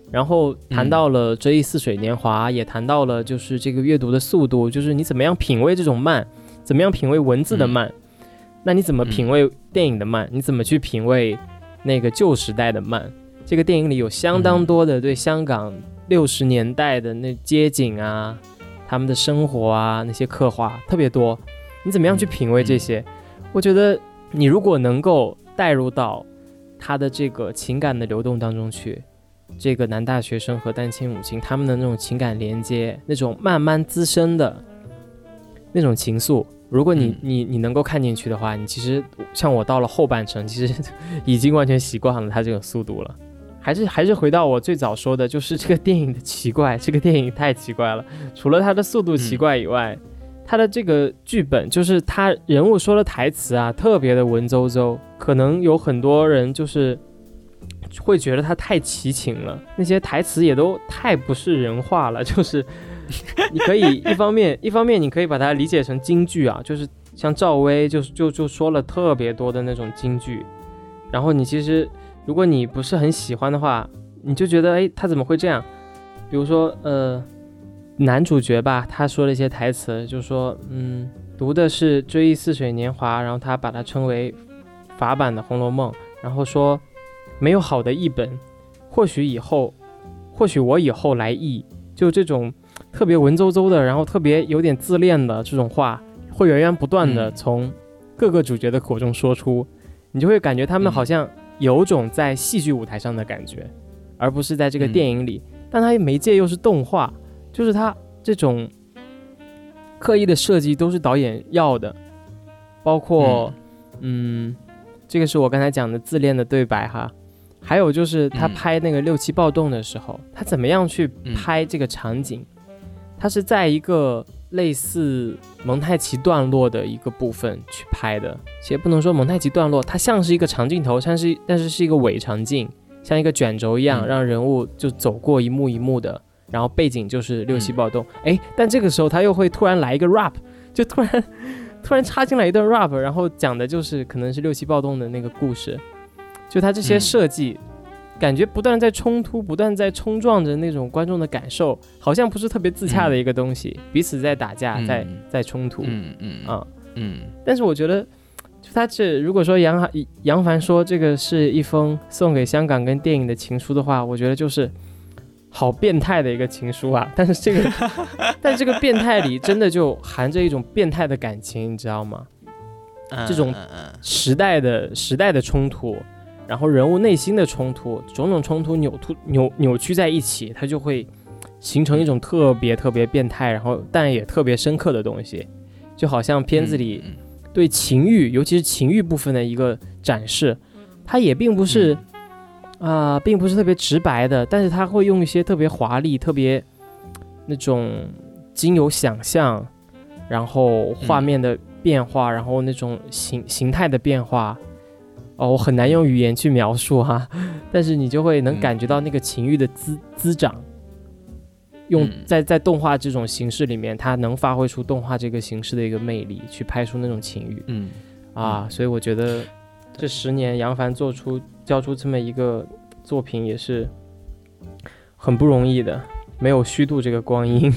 然后谈到了追忆似水年华，也谈到了就是这个阅读的速度，就是你怎么样品味这种慢，怎么样品味文字的慢，那你怎么品味电影的慢，你怎么去品味那个旧时代的慢。这个电影里有相当多的对香港60年代的那街景啊，他们的生活啊，那些刻画特别多，你怎么样去品味这些？我觉得你如果能够带入到他的这个情感的流动当中去，这个男大学生和单亲母亲他们的那种情感连接，那种慢慢滋生的那种情愫，如果你能够看进去的话，你其实像我到了后半程，其实已经完全习惯了他这个速度了。还是回到我最早说的，就是这个电影的奇怪，这个电影太奇怪了。除了它的速度奇怪以外，它的这个剧本，就是他人物说的台词啊，特别的文绉绉，可能有很多人就是会觉得它太奇情了，那些台词也都太不是人话了。就是你可以一方面你可以把它理解成京剧啊，就是像赵薇就说了特别多的那种京剧，然后你其实如果你不是很喜欢的话，你就觉得哎，他怎么会这样？比如说男主角吧，他说了一些台词，就说读的是《追忆似水年华》，然后他把它称为法版的《红楼梦》，然后说没有好的译本，或许我以后来译，就这种特别文绉绉的，然后特别有点自恋的这种话，会源源不断的从各个主角的口中说出，你就会感觉他们好像有种在戏剧舞台上的感觉，而不是在这个电影里。但它媒介又是动画，就是它这种刻意的设计都是导演要的，包括这个是我刚才讲的自恋的对白哈。还有就是他拍那个六七暴动的时候，他怎么样去拍这个场景，他是在一个类似蒙太奇段落的一个部分去拍的，其实不能说蒙太奇段落，它像是一个长镜头，但是是一个伪长镜，像一个卷轴一样，让人物就走过一幕一幕的，然后背景就是六七暴动。但这个时候他又会突然来一个 rap， 就突然插进来一段 rap， 然后讲的就是可能是六七暴动的那个故事。就他这些设计感觉不断在冲突，不断在冲撞着那种观众的感受，好像不是特别自洽的一个东西，彼此在打架，在冲突。但是我觉得就他这如果说杨凡说这个是一封送给香港跟电影的情书的话，我觉得就是好变态的一个情书啊。但是这个变态里真的就含着一种变态的感情，你知道吗？这种时代的冲突，然后人物内心的冲突，种种冲突扭曲在一起，它就会形成一种特别特别变态，然后但也特别深刻的东西。就好像片子里对情欲，尤其是情欲部分的一个展示，它也并不是特别直白的，但是它会用一些特别华丽、特别那种经由想象，然后画面的变化，然后那种形态的变化。我很难用语言去描述哈，但是你就会能感觉到那个情欲的滋长，用在动画这种形式里面，它能发挥出动画这个形式的一个魅力，去拍出那种情欲。所以我觉得这10年杨凡交出这么一个作品也是很不容易的，没有虚度这个光阴。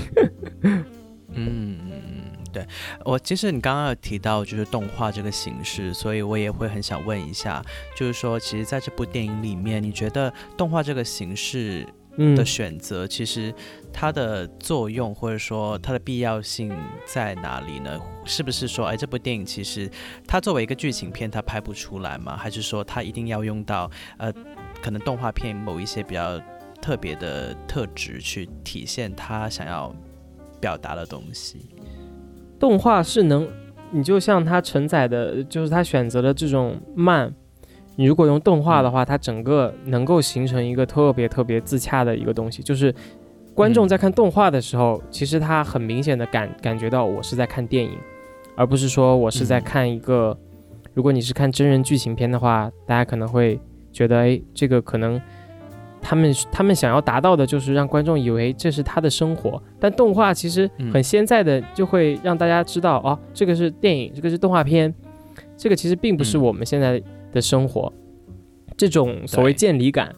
对，其实你刚刚有提到就是动画这个形式，所以我也会很想问一下，就是说其实在这部电影里面，你觉得动画这个形式的选择，其实它的作用或者说它的必要性在哪里呢？是不是说这部电影其实它作为一个剧情片它拍不出来吗？还是说它一定要用到可能动画片某一些比较特别的特质去体现它想要表达的东西？ 动画是你就像它承载的，就是它选择的这种慢，你如果用动画的话，它整个能够形成一个特别特别自洽的一个东西，就是观众在看动画的时候，其实他很明显的感觉到我是在看电影，而不是说我是在看一个，如果你是看真人剧情片的话，大家可能会觉得这个可能他们想要达到的就是让观众以为这是他的生活，但动画其实很现在的就会让大家知道这个是电影，这个是动画片，这个其实并不是我们现在的生活。这种所谓渐离感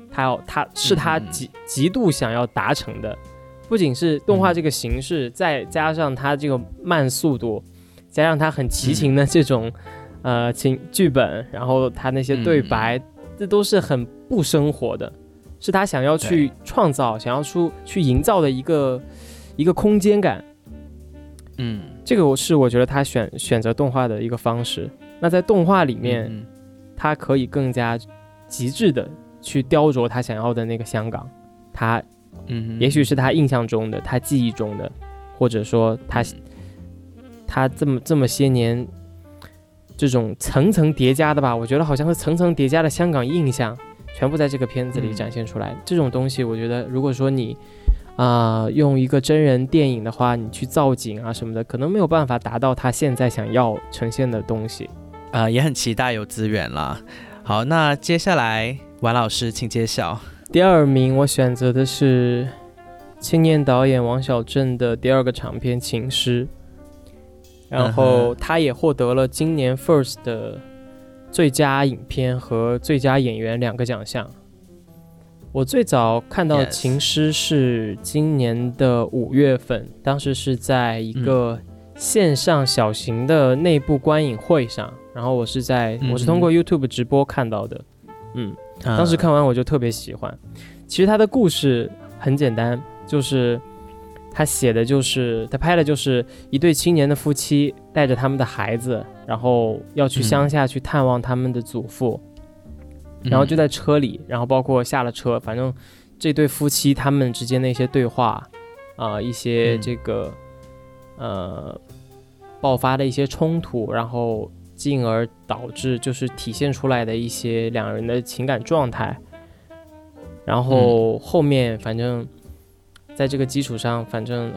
他是他极度想要达成的，不仅是动画这个形式，再加上他这个慢速度，加上他很齐秦的这种剧本，然后他那些对白，这都是很不生活的，是他想要去创造、想要去营造的一个空间感。这个是我觉得他选择动画的一个方式。那在动画里面，他可以更加极致的去雕琢他想要的那个香港，他也许是他印象中的，他记忆中的，或者说他这么些年这种层层叠加的吧，我觉得好像是层层叠加的香港印象全部在这个片子里展现出来。这种东西我觉得如果说你用一个真人电影的话，你去造景啊什么的，可能没有办法达到他现在想要呈现的东西。 也很期待有资源啦。好，那接下来王老师请揭晓。 第2名我选择的是青年导演王小正的第2个长片《情诗》，然后他也获得了今年 FIRST 的最佳影片和最佳演员2个奖项。我最早看到《情诗》是今年的5月份，当时是在一个线上小型的内部观影会上，然后我是通过 YouTube 直播看到的。当时看完我就特别喜欢。其实他的故事很简单，就是他拍的就是一对青年的夫妻带着他们的孩子，然后要去乡下去探望他们的祖父，然后就在车里，然后包括下了车，反正这对夫妻他们之间的一些对话一些这个爆发的一些冲突，然后进而导致就是体现出来的一些两人的情感状态。然后后面反正在这个基础上，反正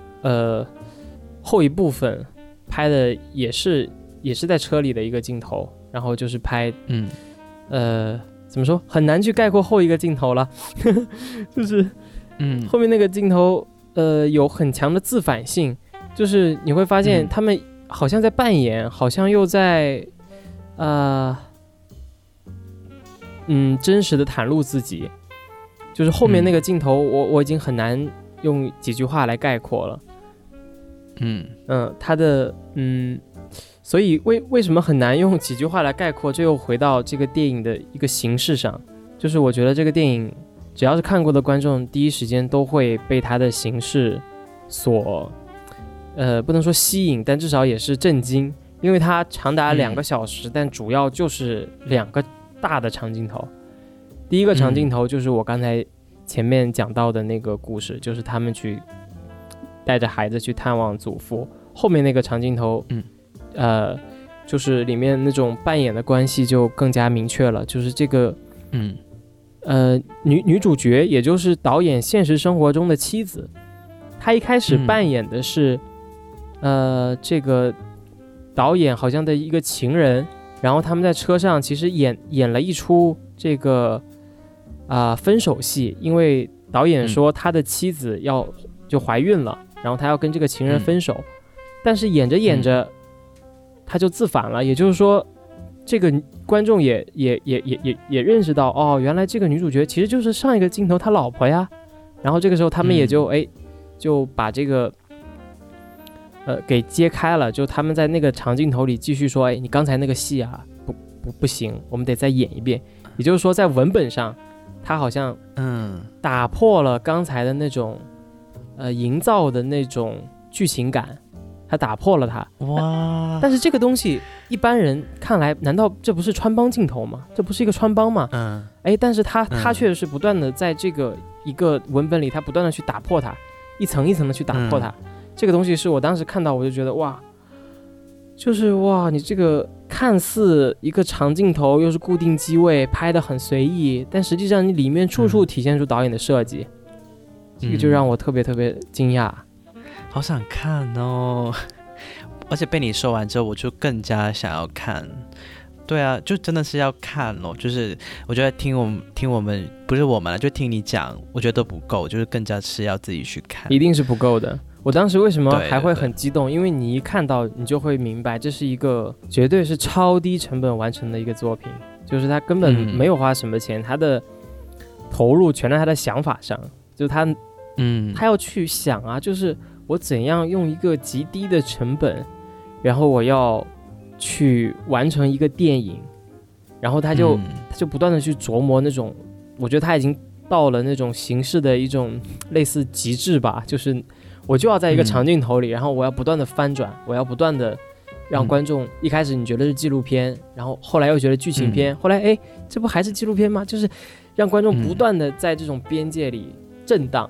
后一部分拍的也是在车里的一个镜头，然后就是拍怎么说，很难去概括后一个镜头了就是后面那个镜头有很强的自反性，就是你会发现他们好像在扮演，好像又在真实的袒露自己。就是后面那个镜头我已经很难用几句话来概括了。他的所以为什么很难用几句话来概括，这又回到这个电影的一个形式上，就是我觉得这个电影只要是看过的观众，第一时间都会被它的形式所不能说吸引，但至少也是震惊，因为它长达2个小时，但主要就是2个大的长镜头。第一个长镜头就是我刚才前面讲到的那个故事，就是他们去带着孩子去探望祖父。后面那个长镜头就是里面那种扮演的关系就更加明确了，就是这个女主角也就是导演现实生活中的妻子，她一开始扮演的是这个导演好像的一个情人，然后他们在车上其实演了一出这个分手戏，因为导演说他的妻子就怀孕了，然后他要跟这个情人分手，但是演着演着他就自反了，也就是说这个观众也认识到，原来这个女主角其实就是上一个镜头他老婆呀。然后这个时候他们也就把这个给揭开了，就他们在那个长镜头里继续说，你刚才那个戏啊不行，我们得再演一遍。也就是说在文本上他好像打破了刚才的那种营造的那种剧情感，他打破了它。哇！但是这个东西一般人看来，难道这不是穿帮镜头吗？这不是一个穿帮吗？但是他确实是不断的在这个一个文本里，他不断的去打破它，一层一层的去打破它。这个东西是我当时看到我就觉得哇，就是哇，你这个看似一个长镜头，又是固定机位，拍得很随意，但实际上你里面处处体现出导演的设计，这个就让我特别特别惊讶。 好想看哦，而且被你说完之后我就更加想要看。对啊，就真的是要看哦，就是我觉得听我们不是我们就听你讲，我觉得都不够，就是更加是要自己去看， 一定是不够的。我当时为什么还会很激动？因为你一看到你就会明白，这是一个绝对是超低成本完成的一个作品，就是他根本没有花什么钱，他的投入全在他的想法上，就他要去想啊，就是我怎样用一个极低的成本，然后我要去完成一个电影，然后他就不断的去琢磨那种，我觉得他已经到了那种形式的一种类似极致吧，就是我就要在一个长镜头里，然后我要不断的翻转，我要不断的让观众一开始你觉得是纪录片，然后后来又觉得剧情片，后来这不还是纪录片吗？就是让观众不断的在这种边界里震荡。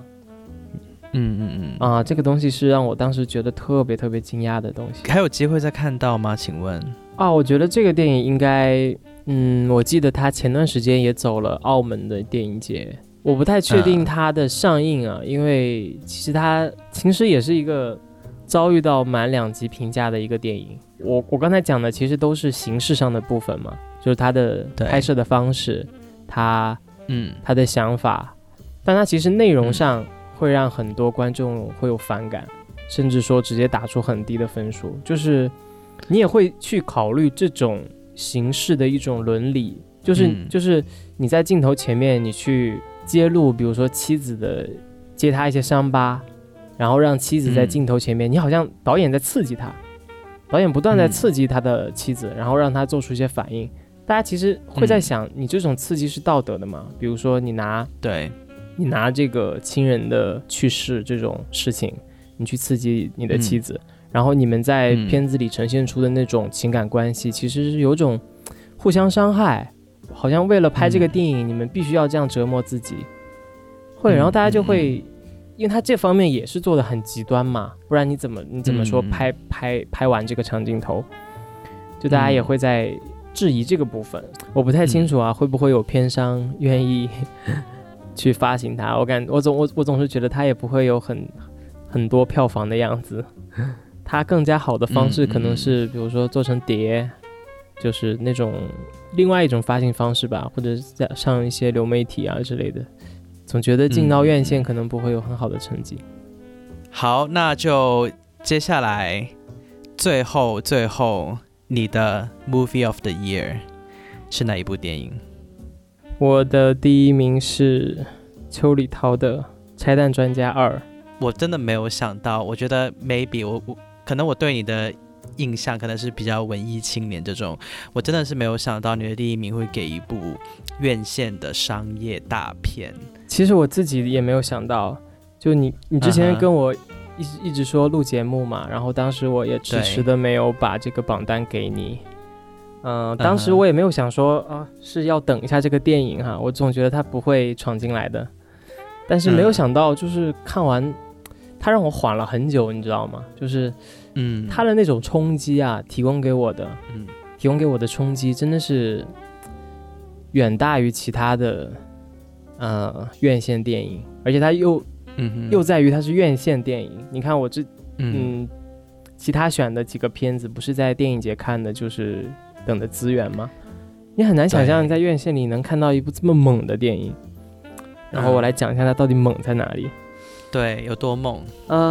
这个东西是让我当时觉得特别特别惊讶的东西。 还有机会再看到吗？请问？ 我觉得这个电影应该，我记得他前段时间也走了澳门的电影节，我不太确定它的上映啊，因为其实它其实也是一个遭遇到满2级评价的一个电影。我刚才讲的其实都是形式上的部分嘛，就是它的拍摄的方式，它的想法，但它其实内容上会让很多观众会有反感，甚至说直接打出很低的分数，就是你也会去考虑这种形式的一种伦理，就是你在镜头前面你去揭露比如说妻子的揭他一些伤疤，然后让妻子在镜头前面，你好像导演在刺激他，导演不断在刺激他的妻子，然后让他做出一些反应。大家其实会在想，你这种刺激是道德的吗？比如说你拿这个亲人的去世这种事情，你去刺激你的妻子，然后你们在片子里呈现出的那种情感关系，其实是有种互相伤害，好像为了拍这个电影，你们必须要这样折磨自己，然后大家就会，因为他这方面也是做的很极端嘛，不然你怎么说拍完这个长镜头，就大家也会在质疑这个部分。我不太清楚啊，会不会有片商愿意去发行它？我总是觉得它也不会有很多票房的样子。它更加好的方式可能是，比如说做成碟，就是那种另外一种发行方式吧，或者是上一些流媒体啊之类的。总觉得进到院线可能不会有很好的成绩。 好，那就接下来最后你的 Movie of the Year 是哪一部电影？ 我的第1名是邱礼涛的《拆弹专家2》。 我真的没有想到，我觉得 maybe 可能我对你的印象可能是比较文艺青年这种，我真的是没有想到你的第1名会给一部院线的商业大片。 其实我自己也没有想到，就你之前跟我一直说录节目嘛，然后当时我也迟迟的没有把这个榜单给你。当时我也没有想说是要等一下这个电影哈，我总觉得它不会闯进来的，但是没有想到就是看完它让我缓了很久，你知道吗？就是它的那种冲击啊，提供给我的冲击真的是远大于其他的院线电影，而且它又在于它是院线电影。你看我其他选的几个片子不是在电影节看的，就是等的资源吗？你很难想象在院线里能看到一部这么猛的电影。然后我来讲一下它到底猛在哪里。 对，有多猛？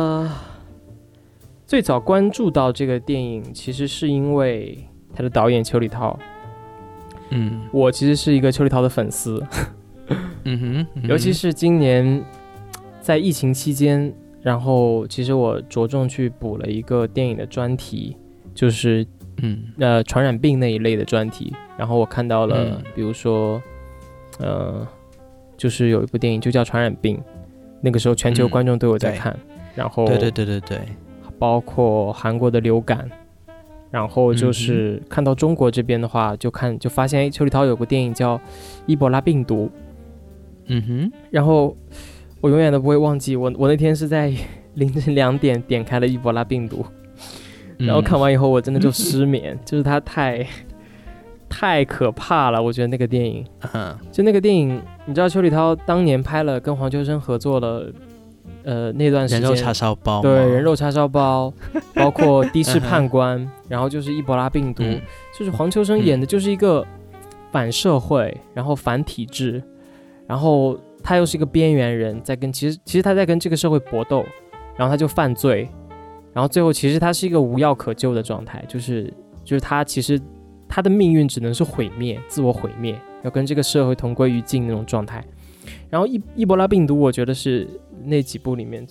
最早关注到这个电影，其实是因为他的导演邱礼涛。我其实是一个邱礼涛的粉丝。尤其是今年在疫情期间，然后其实我着重去补了一个电影的专题，就是传染病那一类的专题。然后我看到了，比如说就是有一部电影就叫《传染病》，那个时候全球观众都有在看。然后对， 包括韩国的流感，然后就是看到中国这边的话，就发现邱礼涛有部电影叫《伊波拉病毒》。然后我永远都不会忘记，我那天是在凌晨2点点开了伊波拉病毒，然后看完以后我真的就失眠，就是它太可怕了，我觉得那个电影。就那个电影，你知道邱礼涛当年拍了跟黄秋生合作了那段时间人肉叉烧包， 对，人肉叉烧包，包括的士判官，然后就是伊波拉病毒，就是黄秋生演的就是一个反社会，然后反体制，然后他又是一个边缘人，其实他在跟这个社会搏斗，然后他就犯罪，然后最后其实他是一个无药可救的状态，就是他其实他的命运只能是毁灭，自我毁灭，要跟这个社会同归于尽那种状态。 然后伊波拉病毒，我觉得是那几部里面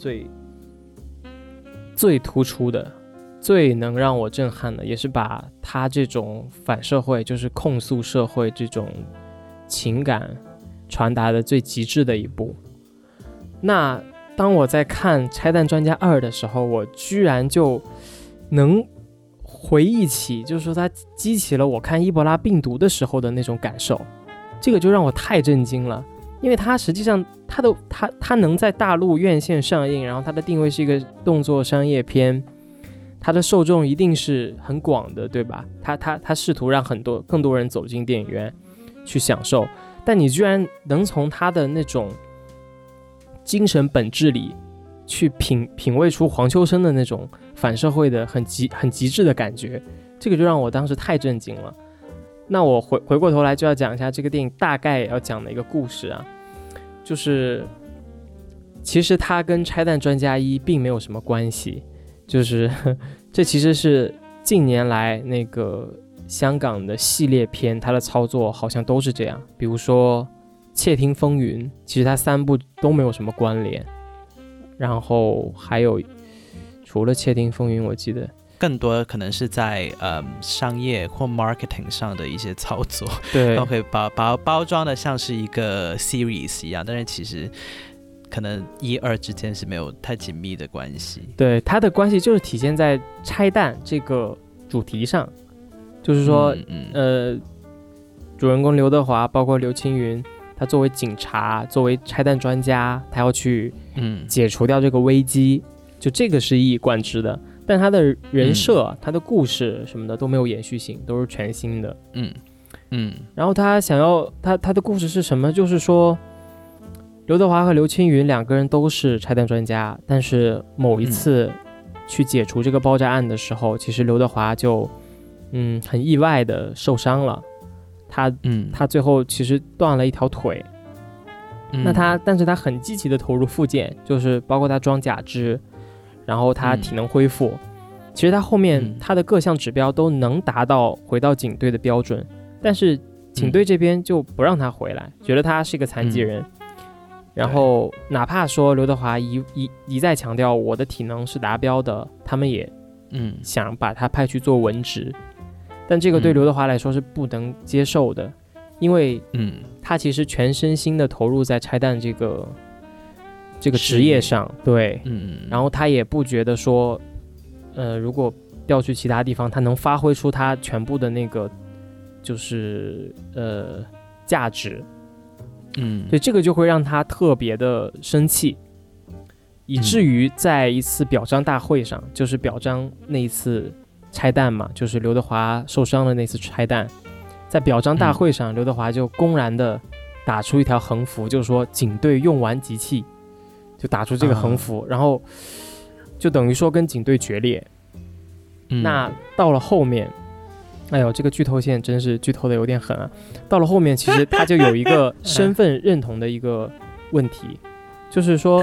最突出的，最能让我震撼的，也是把他这种反社会，就是控诉社会这种情感传达的最极致的一部。那当我在看《拆弹专家2》的时候，我居然就能回忆起，就是说它激起了我看伊波拉病毒的时候的那种感受，这个就让我太震惊了。因为它实际上它能在大陆院线上映，然后它的定位是一个动作商业片，它的受众一定是很广的，对吧？它试图让更多人走进电影院去享受，但你居然能从它的那种精神本质里去品味出黄秋生的那种反社会的很极致的感觉，这个就让我当时太震惊了。那我回过头来就要讲一下这个电影大概要讲的一个故事啊，就是其实它跟《拆弹专家1》并没有什么关系，就是这其实是近年来那个香港的系列片，它的操作好像都是这样。比如说《窃听风云》，其实它3部都没有什么关联，然后还有除了《窃听风云》，我记得更多可能是在商业或 marketing 上的一些操作， 对， 都可以把包装的像是一个 series 一样，但是其实可能1、2之间是没有太紧密的关系。 对，它的关系就是体现在拆弹这个主题上，就是说，主人公刘德华包括刘青云，他作为警察，作为拆弹专家，他要去解除掉这个危机，就这个是一以贯之的。但他的人设、他的故事什么的都没有延续性，都是全新的。然后他想要他的故事是什么？就是说，刘德华和刘青云2个人都是拆弹专家，但是某一次去解除这个爆炸案的时候，其实刘德华就很意外的受伤了。他最后其实断了一条腿。但是他很积极的投入复健，就是包括他装假肢，然后他体能恢复，其实他后面他的各项指标都能达到回到警队的标准，但是警队这边就不让他回来，觉得他是一个残疾人。然后哪怕说刘德华一再强调我的体能是达标的，他们也想把他派去做文职，但这个对刘德华来说是不能接受的，因为他其实全身心的投入在拆弹这个职业上，对，然后他也不觉得说，如果调去其他地方，他能发挥出他全部的那个就是价值，所以这个就会让他特别的生气，以至于在一次表彰大会上，就是表彰那一次拆弹嘛，就是刘德华受伤的那次拆弹，在表彰大会上，刘德华就公然的打出一条横幅，就是说警队用完即弃。就打出这个横幅，然后就等于说跟警队决裂。那到了后面，哎呦，这个剧透线真是剧透的有点狠啊！到了后面，其实他就有一个身份认同的一个问题，就是说，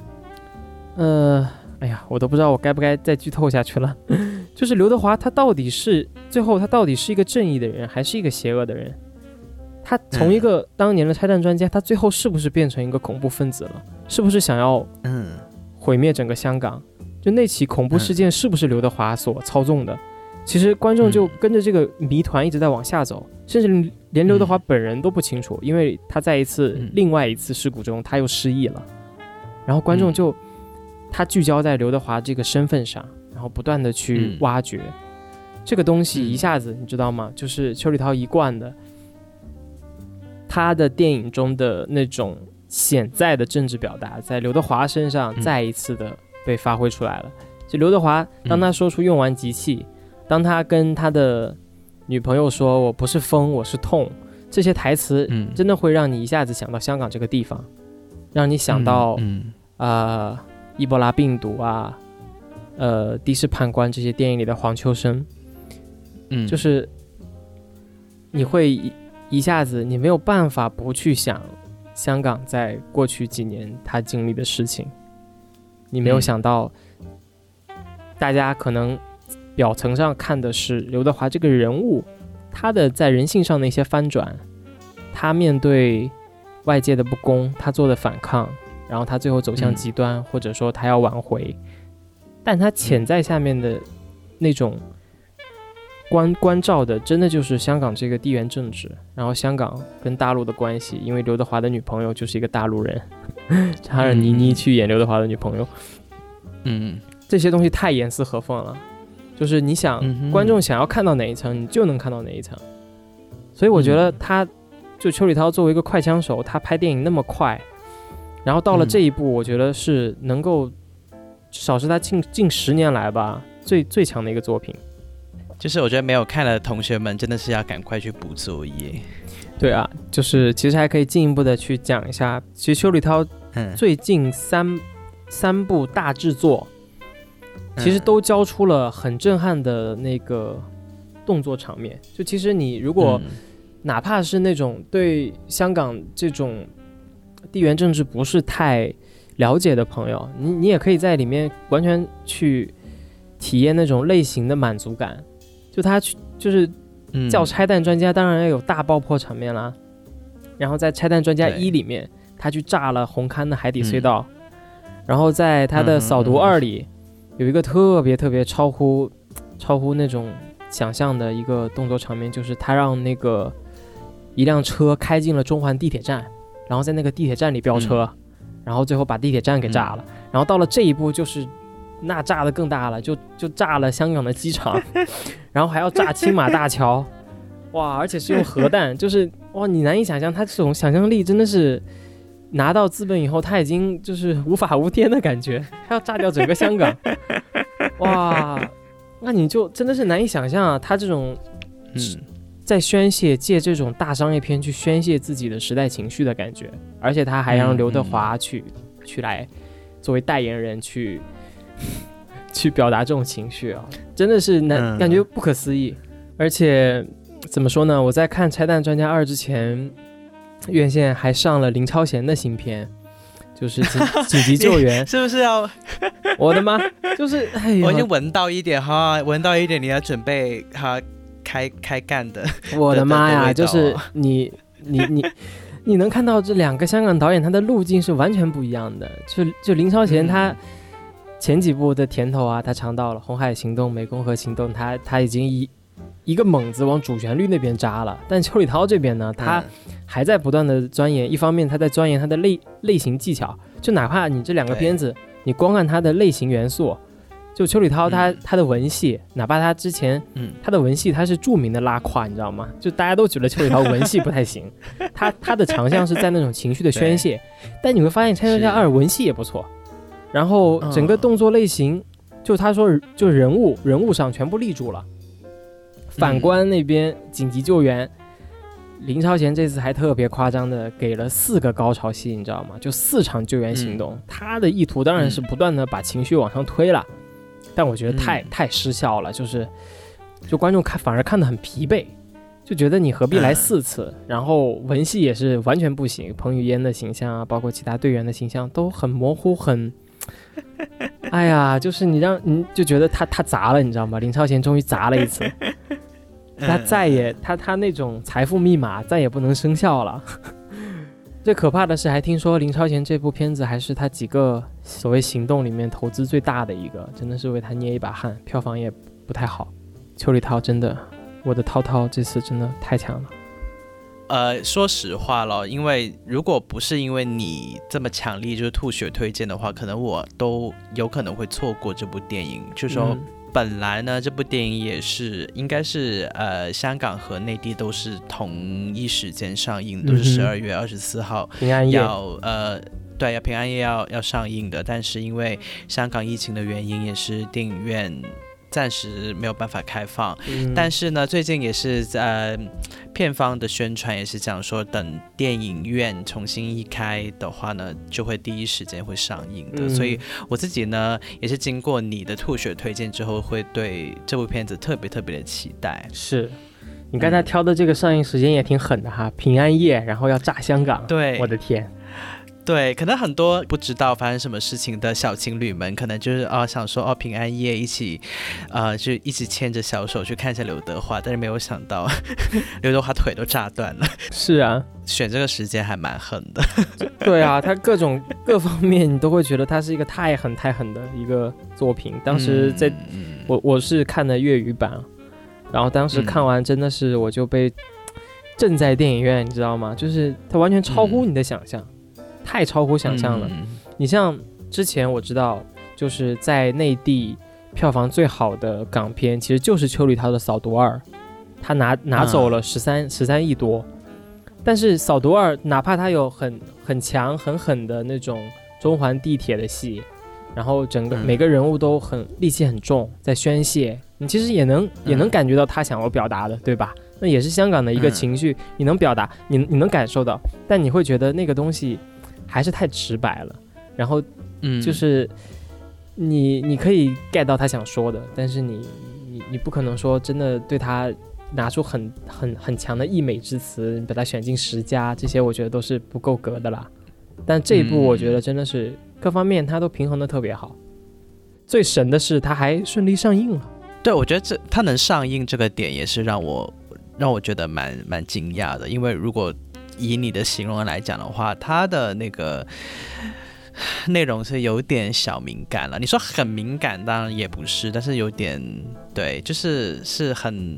哎呀，我都不知道我该不该再剧透下去了。就是刘德华他最后他到底是一个正义的人，还是一个邪恶的人？他从一个当年的拆弹专家，他最后是不是变成一个恐怖分子了？是不是想要毁灭整个香港？就那起恐怖事件是不是刘德华所操纵的？其实观众就跟着这个谜团一直在往下走，甚至连刘德华本人都不清楚，因为他在另外一次事故中他又失忆了。然后观众就他聚焦在刘德华这个身份上，然后不断的去挖掘这个东西，一下子你知道吗？就是邱礼涛一贯的。他的电影中的那种潜在的政治表达，在刘德华身上再一次的被发挥出来了。就刘德华，当他说出用完即弃，当他跟他的女朋友说我不是疯，我是痛，这些台词真的会让你一下子想到香港这个地方，让你想到伊波拉病毒啊，的士判官这些电影里的黄秋生，就是你会一下子你没有办法不去想香港在过去几年他经历的事情，你没有想到大家可能表层上看的是刘德华这个人物，他的在人性上的一些翻转，他面对外界的不公，他做的反抗，然后他最后走向极端，或者说他要挽回，但他潜在下面的那种关照的真的就是香港这个地缘政治，然后香港跟大陆的关系，因为刘德华的女朋友就是一个大陆人，他让倪妮去演刘德华的女朋友，这些东西太严丝合缝了，就是你想、观众想要看到哪一层，你就能看到哪一层，所以我觉得他就邱礼涛作为一个快枪手，他拍电影那么快，然后到了这一步，我觉得是能够至少是他近10年来吧最强的一个作品。 就是我觉得没有看的同学们真的是要赶快去补作业。 对啊，就是其实还可以进一步的去讲一下，其实邱礼涛最近三部大制作，其实都交出了很震撼的那个动作场面。就其实你如果哪怕是那种对香港这种地缘政治不是太了解的朋友，你也可以在里面完全去体验那种类型的满足感。就他就是叫拆弹专家，当然要有大爆破场面啦。然后在拆弹专家1里面，他去炸了红磡的海底隧道，然后在他的扫毒2里，有一个特别特别超乎那种想象的一个动作场面，就是他让那个一辆车开进了中环地铁站，然后在那个地铁站里飙车，然后最后把地铁站给炸了。然后到了这一步就是那炸的更大了，就炸了香港的机场，然后还要炸青马大桥，哇！而且是用核弹，就是哇，你难以想象他这种想象力真的是拿到资本以后，他已经就是无法无天的感觉，他要炸掉整个香港，哇！那你就真的是难以想象啊，他这种在宣泄，借这种大商业片去宣泄自己的时代情绪的感觉，而且他还让刘德华去来作为代言人去表达这种情绪啊，真的是感觉不可思议。而且怎么说呢，我在看《拆弹专家2》之前，院线还上了林超贤的新片，就是紧急救援是不是要我的妈，就是我已经闻到一点你要准备开干的， 我的妈呀，就是你能看到这2个香港导演他的路径是完全不一样的。就林超贤他前几部的甜头啊，他尝到了《红海行动》《湄公河行动》，他已经一个猛子往主旋律那边扎了。但邱礼涛这边呢，他还在不断的钻研，一方面他在钻研他的类型技巧，就哪怕你这2个片子，你光看他的类型元素，就邱礼涛他的文戏，哪怕他之前他的文戏他是著名的拉胯，你知道吗？就大家都觉得邱礼涛文戏不太行，他的强项是在那种情绪的宣泄，但你会发现《拆弹专家2》文戏也不错。然后整个动作类型，就他说就人物上全部立住了。反观那边紧急救援，林超贤这次还特别夸张的给了4个高潮戏，你知道吗？就4场救援行动，他的意图当然是不断的把情绪往上推了，但我觉得太失效了，就观众反而看得很疲惫，就觉得你何必来4次，然后文戏也是完全不行，彭于晏的形象啊，包括其他队员的形象都很模糊，哎呀，就是你就觉得他砸了，你知道吗？林超贤终于砸了一次，他再也他那种财富密码再也不能生效了。最可怕的是，还听说林超贤这部片子还是他几个所谓行动里面投资最大的一个，真的是为他捏一把汗，票房也不太好。邱礼涛真的，我的涛涛这次真的太强了。 说实话了，因为如果不是因为你这么强力就是吐血推荐的话，可能我都有可能会错过这部电影。就是说本来呢这部电影也是应该是香港和内地都是同一时间上映，都是12月24号平安夜对，平安夜要上映的，但是因为香港疫情的原因，也是电影院暂时没有办法开放，但是呢最近也是片方的宣传也是讲说，等电影院重新一开的话呢，就会第一时间会上映的，所以我自己呢也是经过你的吐血推荐之后，会对这部片子特别的期待。 是你刚才挑的这个上映时间也挺狠的哈，平安夜然后要炸香港， 对， 我的天， 对，可能很多不知道发生什么事情的小情侣们，可能就是想说平安夜一起，就一起牵着小手去看一下刘德华，但是没有想到刘德华腿都炸断了。 是啊， 选这个时间还蛮狠的。 对啊，他各方面你都会觉得他是一个太狠的一个作品。当时我是看的粤语版，然后当时看完真的是我就被震在电影院，你知道吗？就是它完全超乎你的想象。太超乎想象了。你像之前我知道就是在内地票房最好的港片其实就是邱礼涛的《扫毒2》，他拿走了13亿多。但是《扫毒2》哪怕他有很强很狠的那种中环地铁的戏，然后整个每个人物都戾气很重，在宣泄，你其实也能感觉到他想要表达的，对吧？那也是香港的一个情绪，你能表达，你能感受到，但你会觉得那个东西还是太直白了，然后就是你可以 get 到他想说的，但是你不可能说真的对他拿出很强的溢美之词，把他选进10佳，这些我觉得都是不够格的啦。但这一部我觉得真的是各方面他都平衡的特别好。最神的是他还顺利上映了。 对，我觉得他能上映这个点也是让我觉得蛮惊讶的，因为如果以你的形容来讲的话，他的那个内容是有点小敏感了。你说很敏感当然也不是，但是有点对，就是很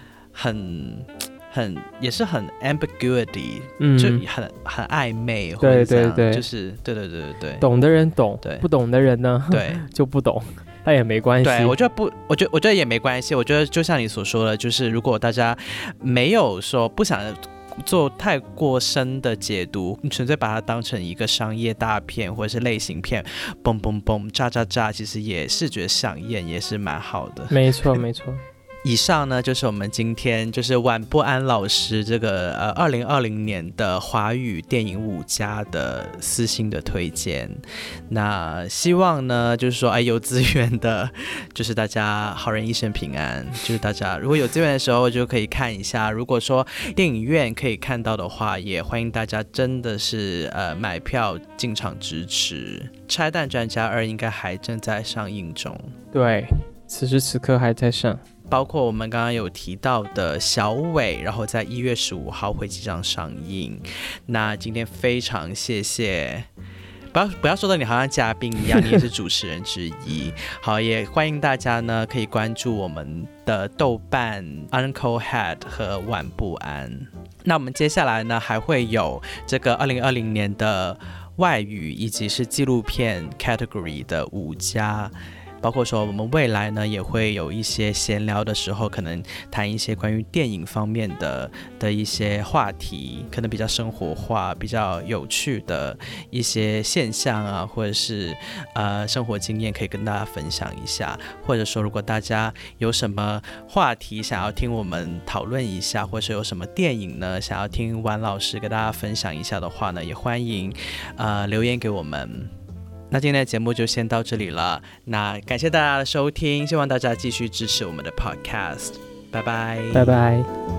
也是很 ambiguity，就很暧昧， 对对对， 就是对， 懂的人懂， 对， 不懂的人呢， 对， 就不懂，但也没关系。 对，我觉得也没关系。我觉得就像你所说的，就是如果大家没有说不想做太过深的解读，你纯粹把它当成一个商业大片或者是类型片，嘣嘣嘣炸炸炸，其实也视觉响艳，也是蛮好的。 没错没错。 以上呢就是我们今天就是晚不安老师这个2020年的华语电影5佳的私心的推荐。那希望呢就是说有资源的就是大家好人一生平安，就是大家如果有资源的时候就可以看一下，如果说电影院可以看到的话，也欢迎大家真的是买票进场支持。拆弹专家2应该还正在上映中，对， 此时此刻还在上， 包括我们刚刚有提到的小伟，然后在1月15号会即将上映。那今天非常谢谢，不要说的你好像嘉宾一样，你也是主持人之一。好，也欢迎大家呢可以关注我们的豆瓣 Uncle Head 和晚不安。那我们接下来呢还会有这个2020年的外语以及是纪录片 category 的5佳，包括说我们未来呢也会有一些闲聊的时候，可能谈一些关于电影方面的一些话题，可能比较生活化比较有趣的一些现象啊，或者是生活经验可以跟大家分享一下，或者说如果大家有什么话题想要听我们讨论一下，或者是有什么电影呢想要听晚老师跟大家分享一下的话呢，也欢迎留言给我们。那今天的节目就先到这里了，那感谢大家的收听，希望大家继续支持我们的 podcast， 拜拜， 拜拜。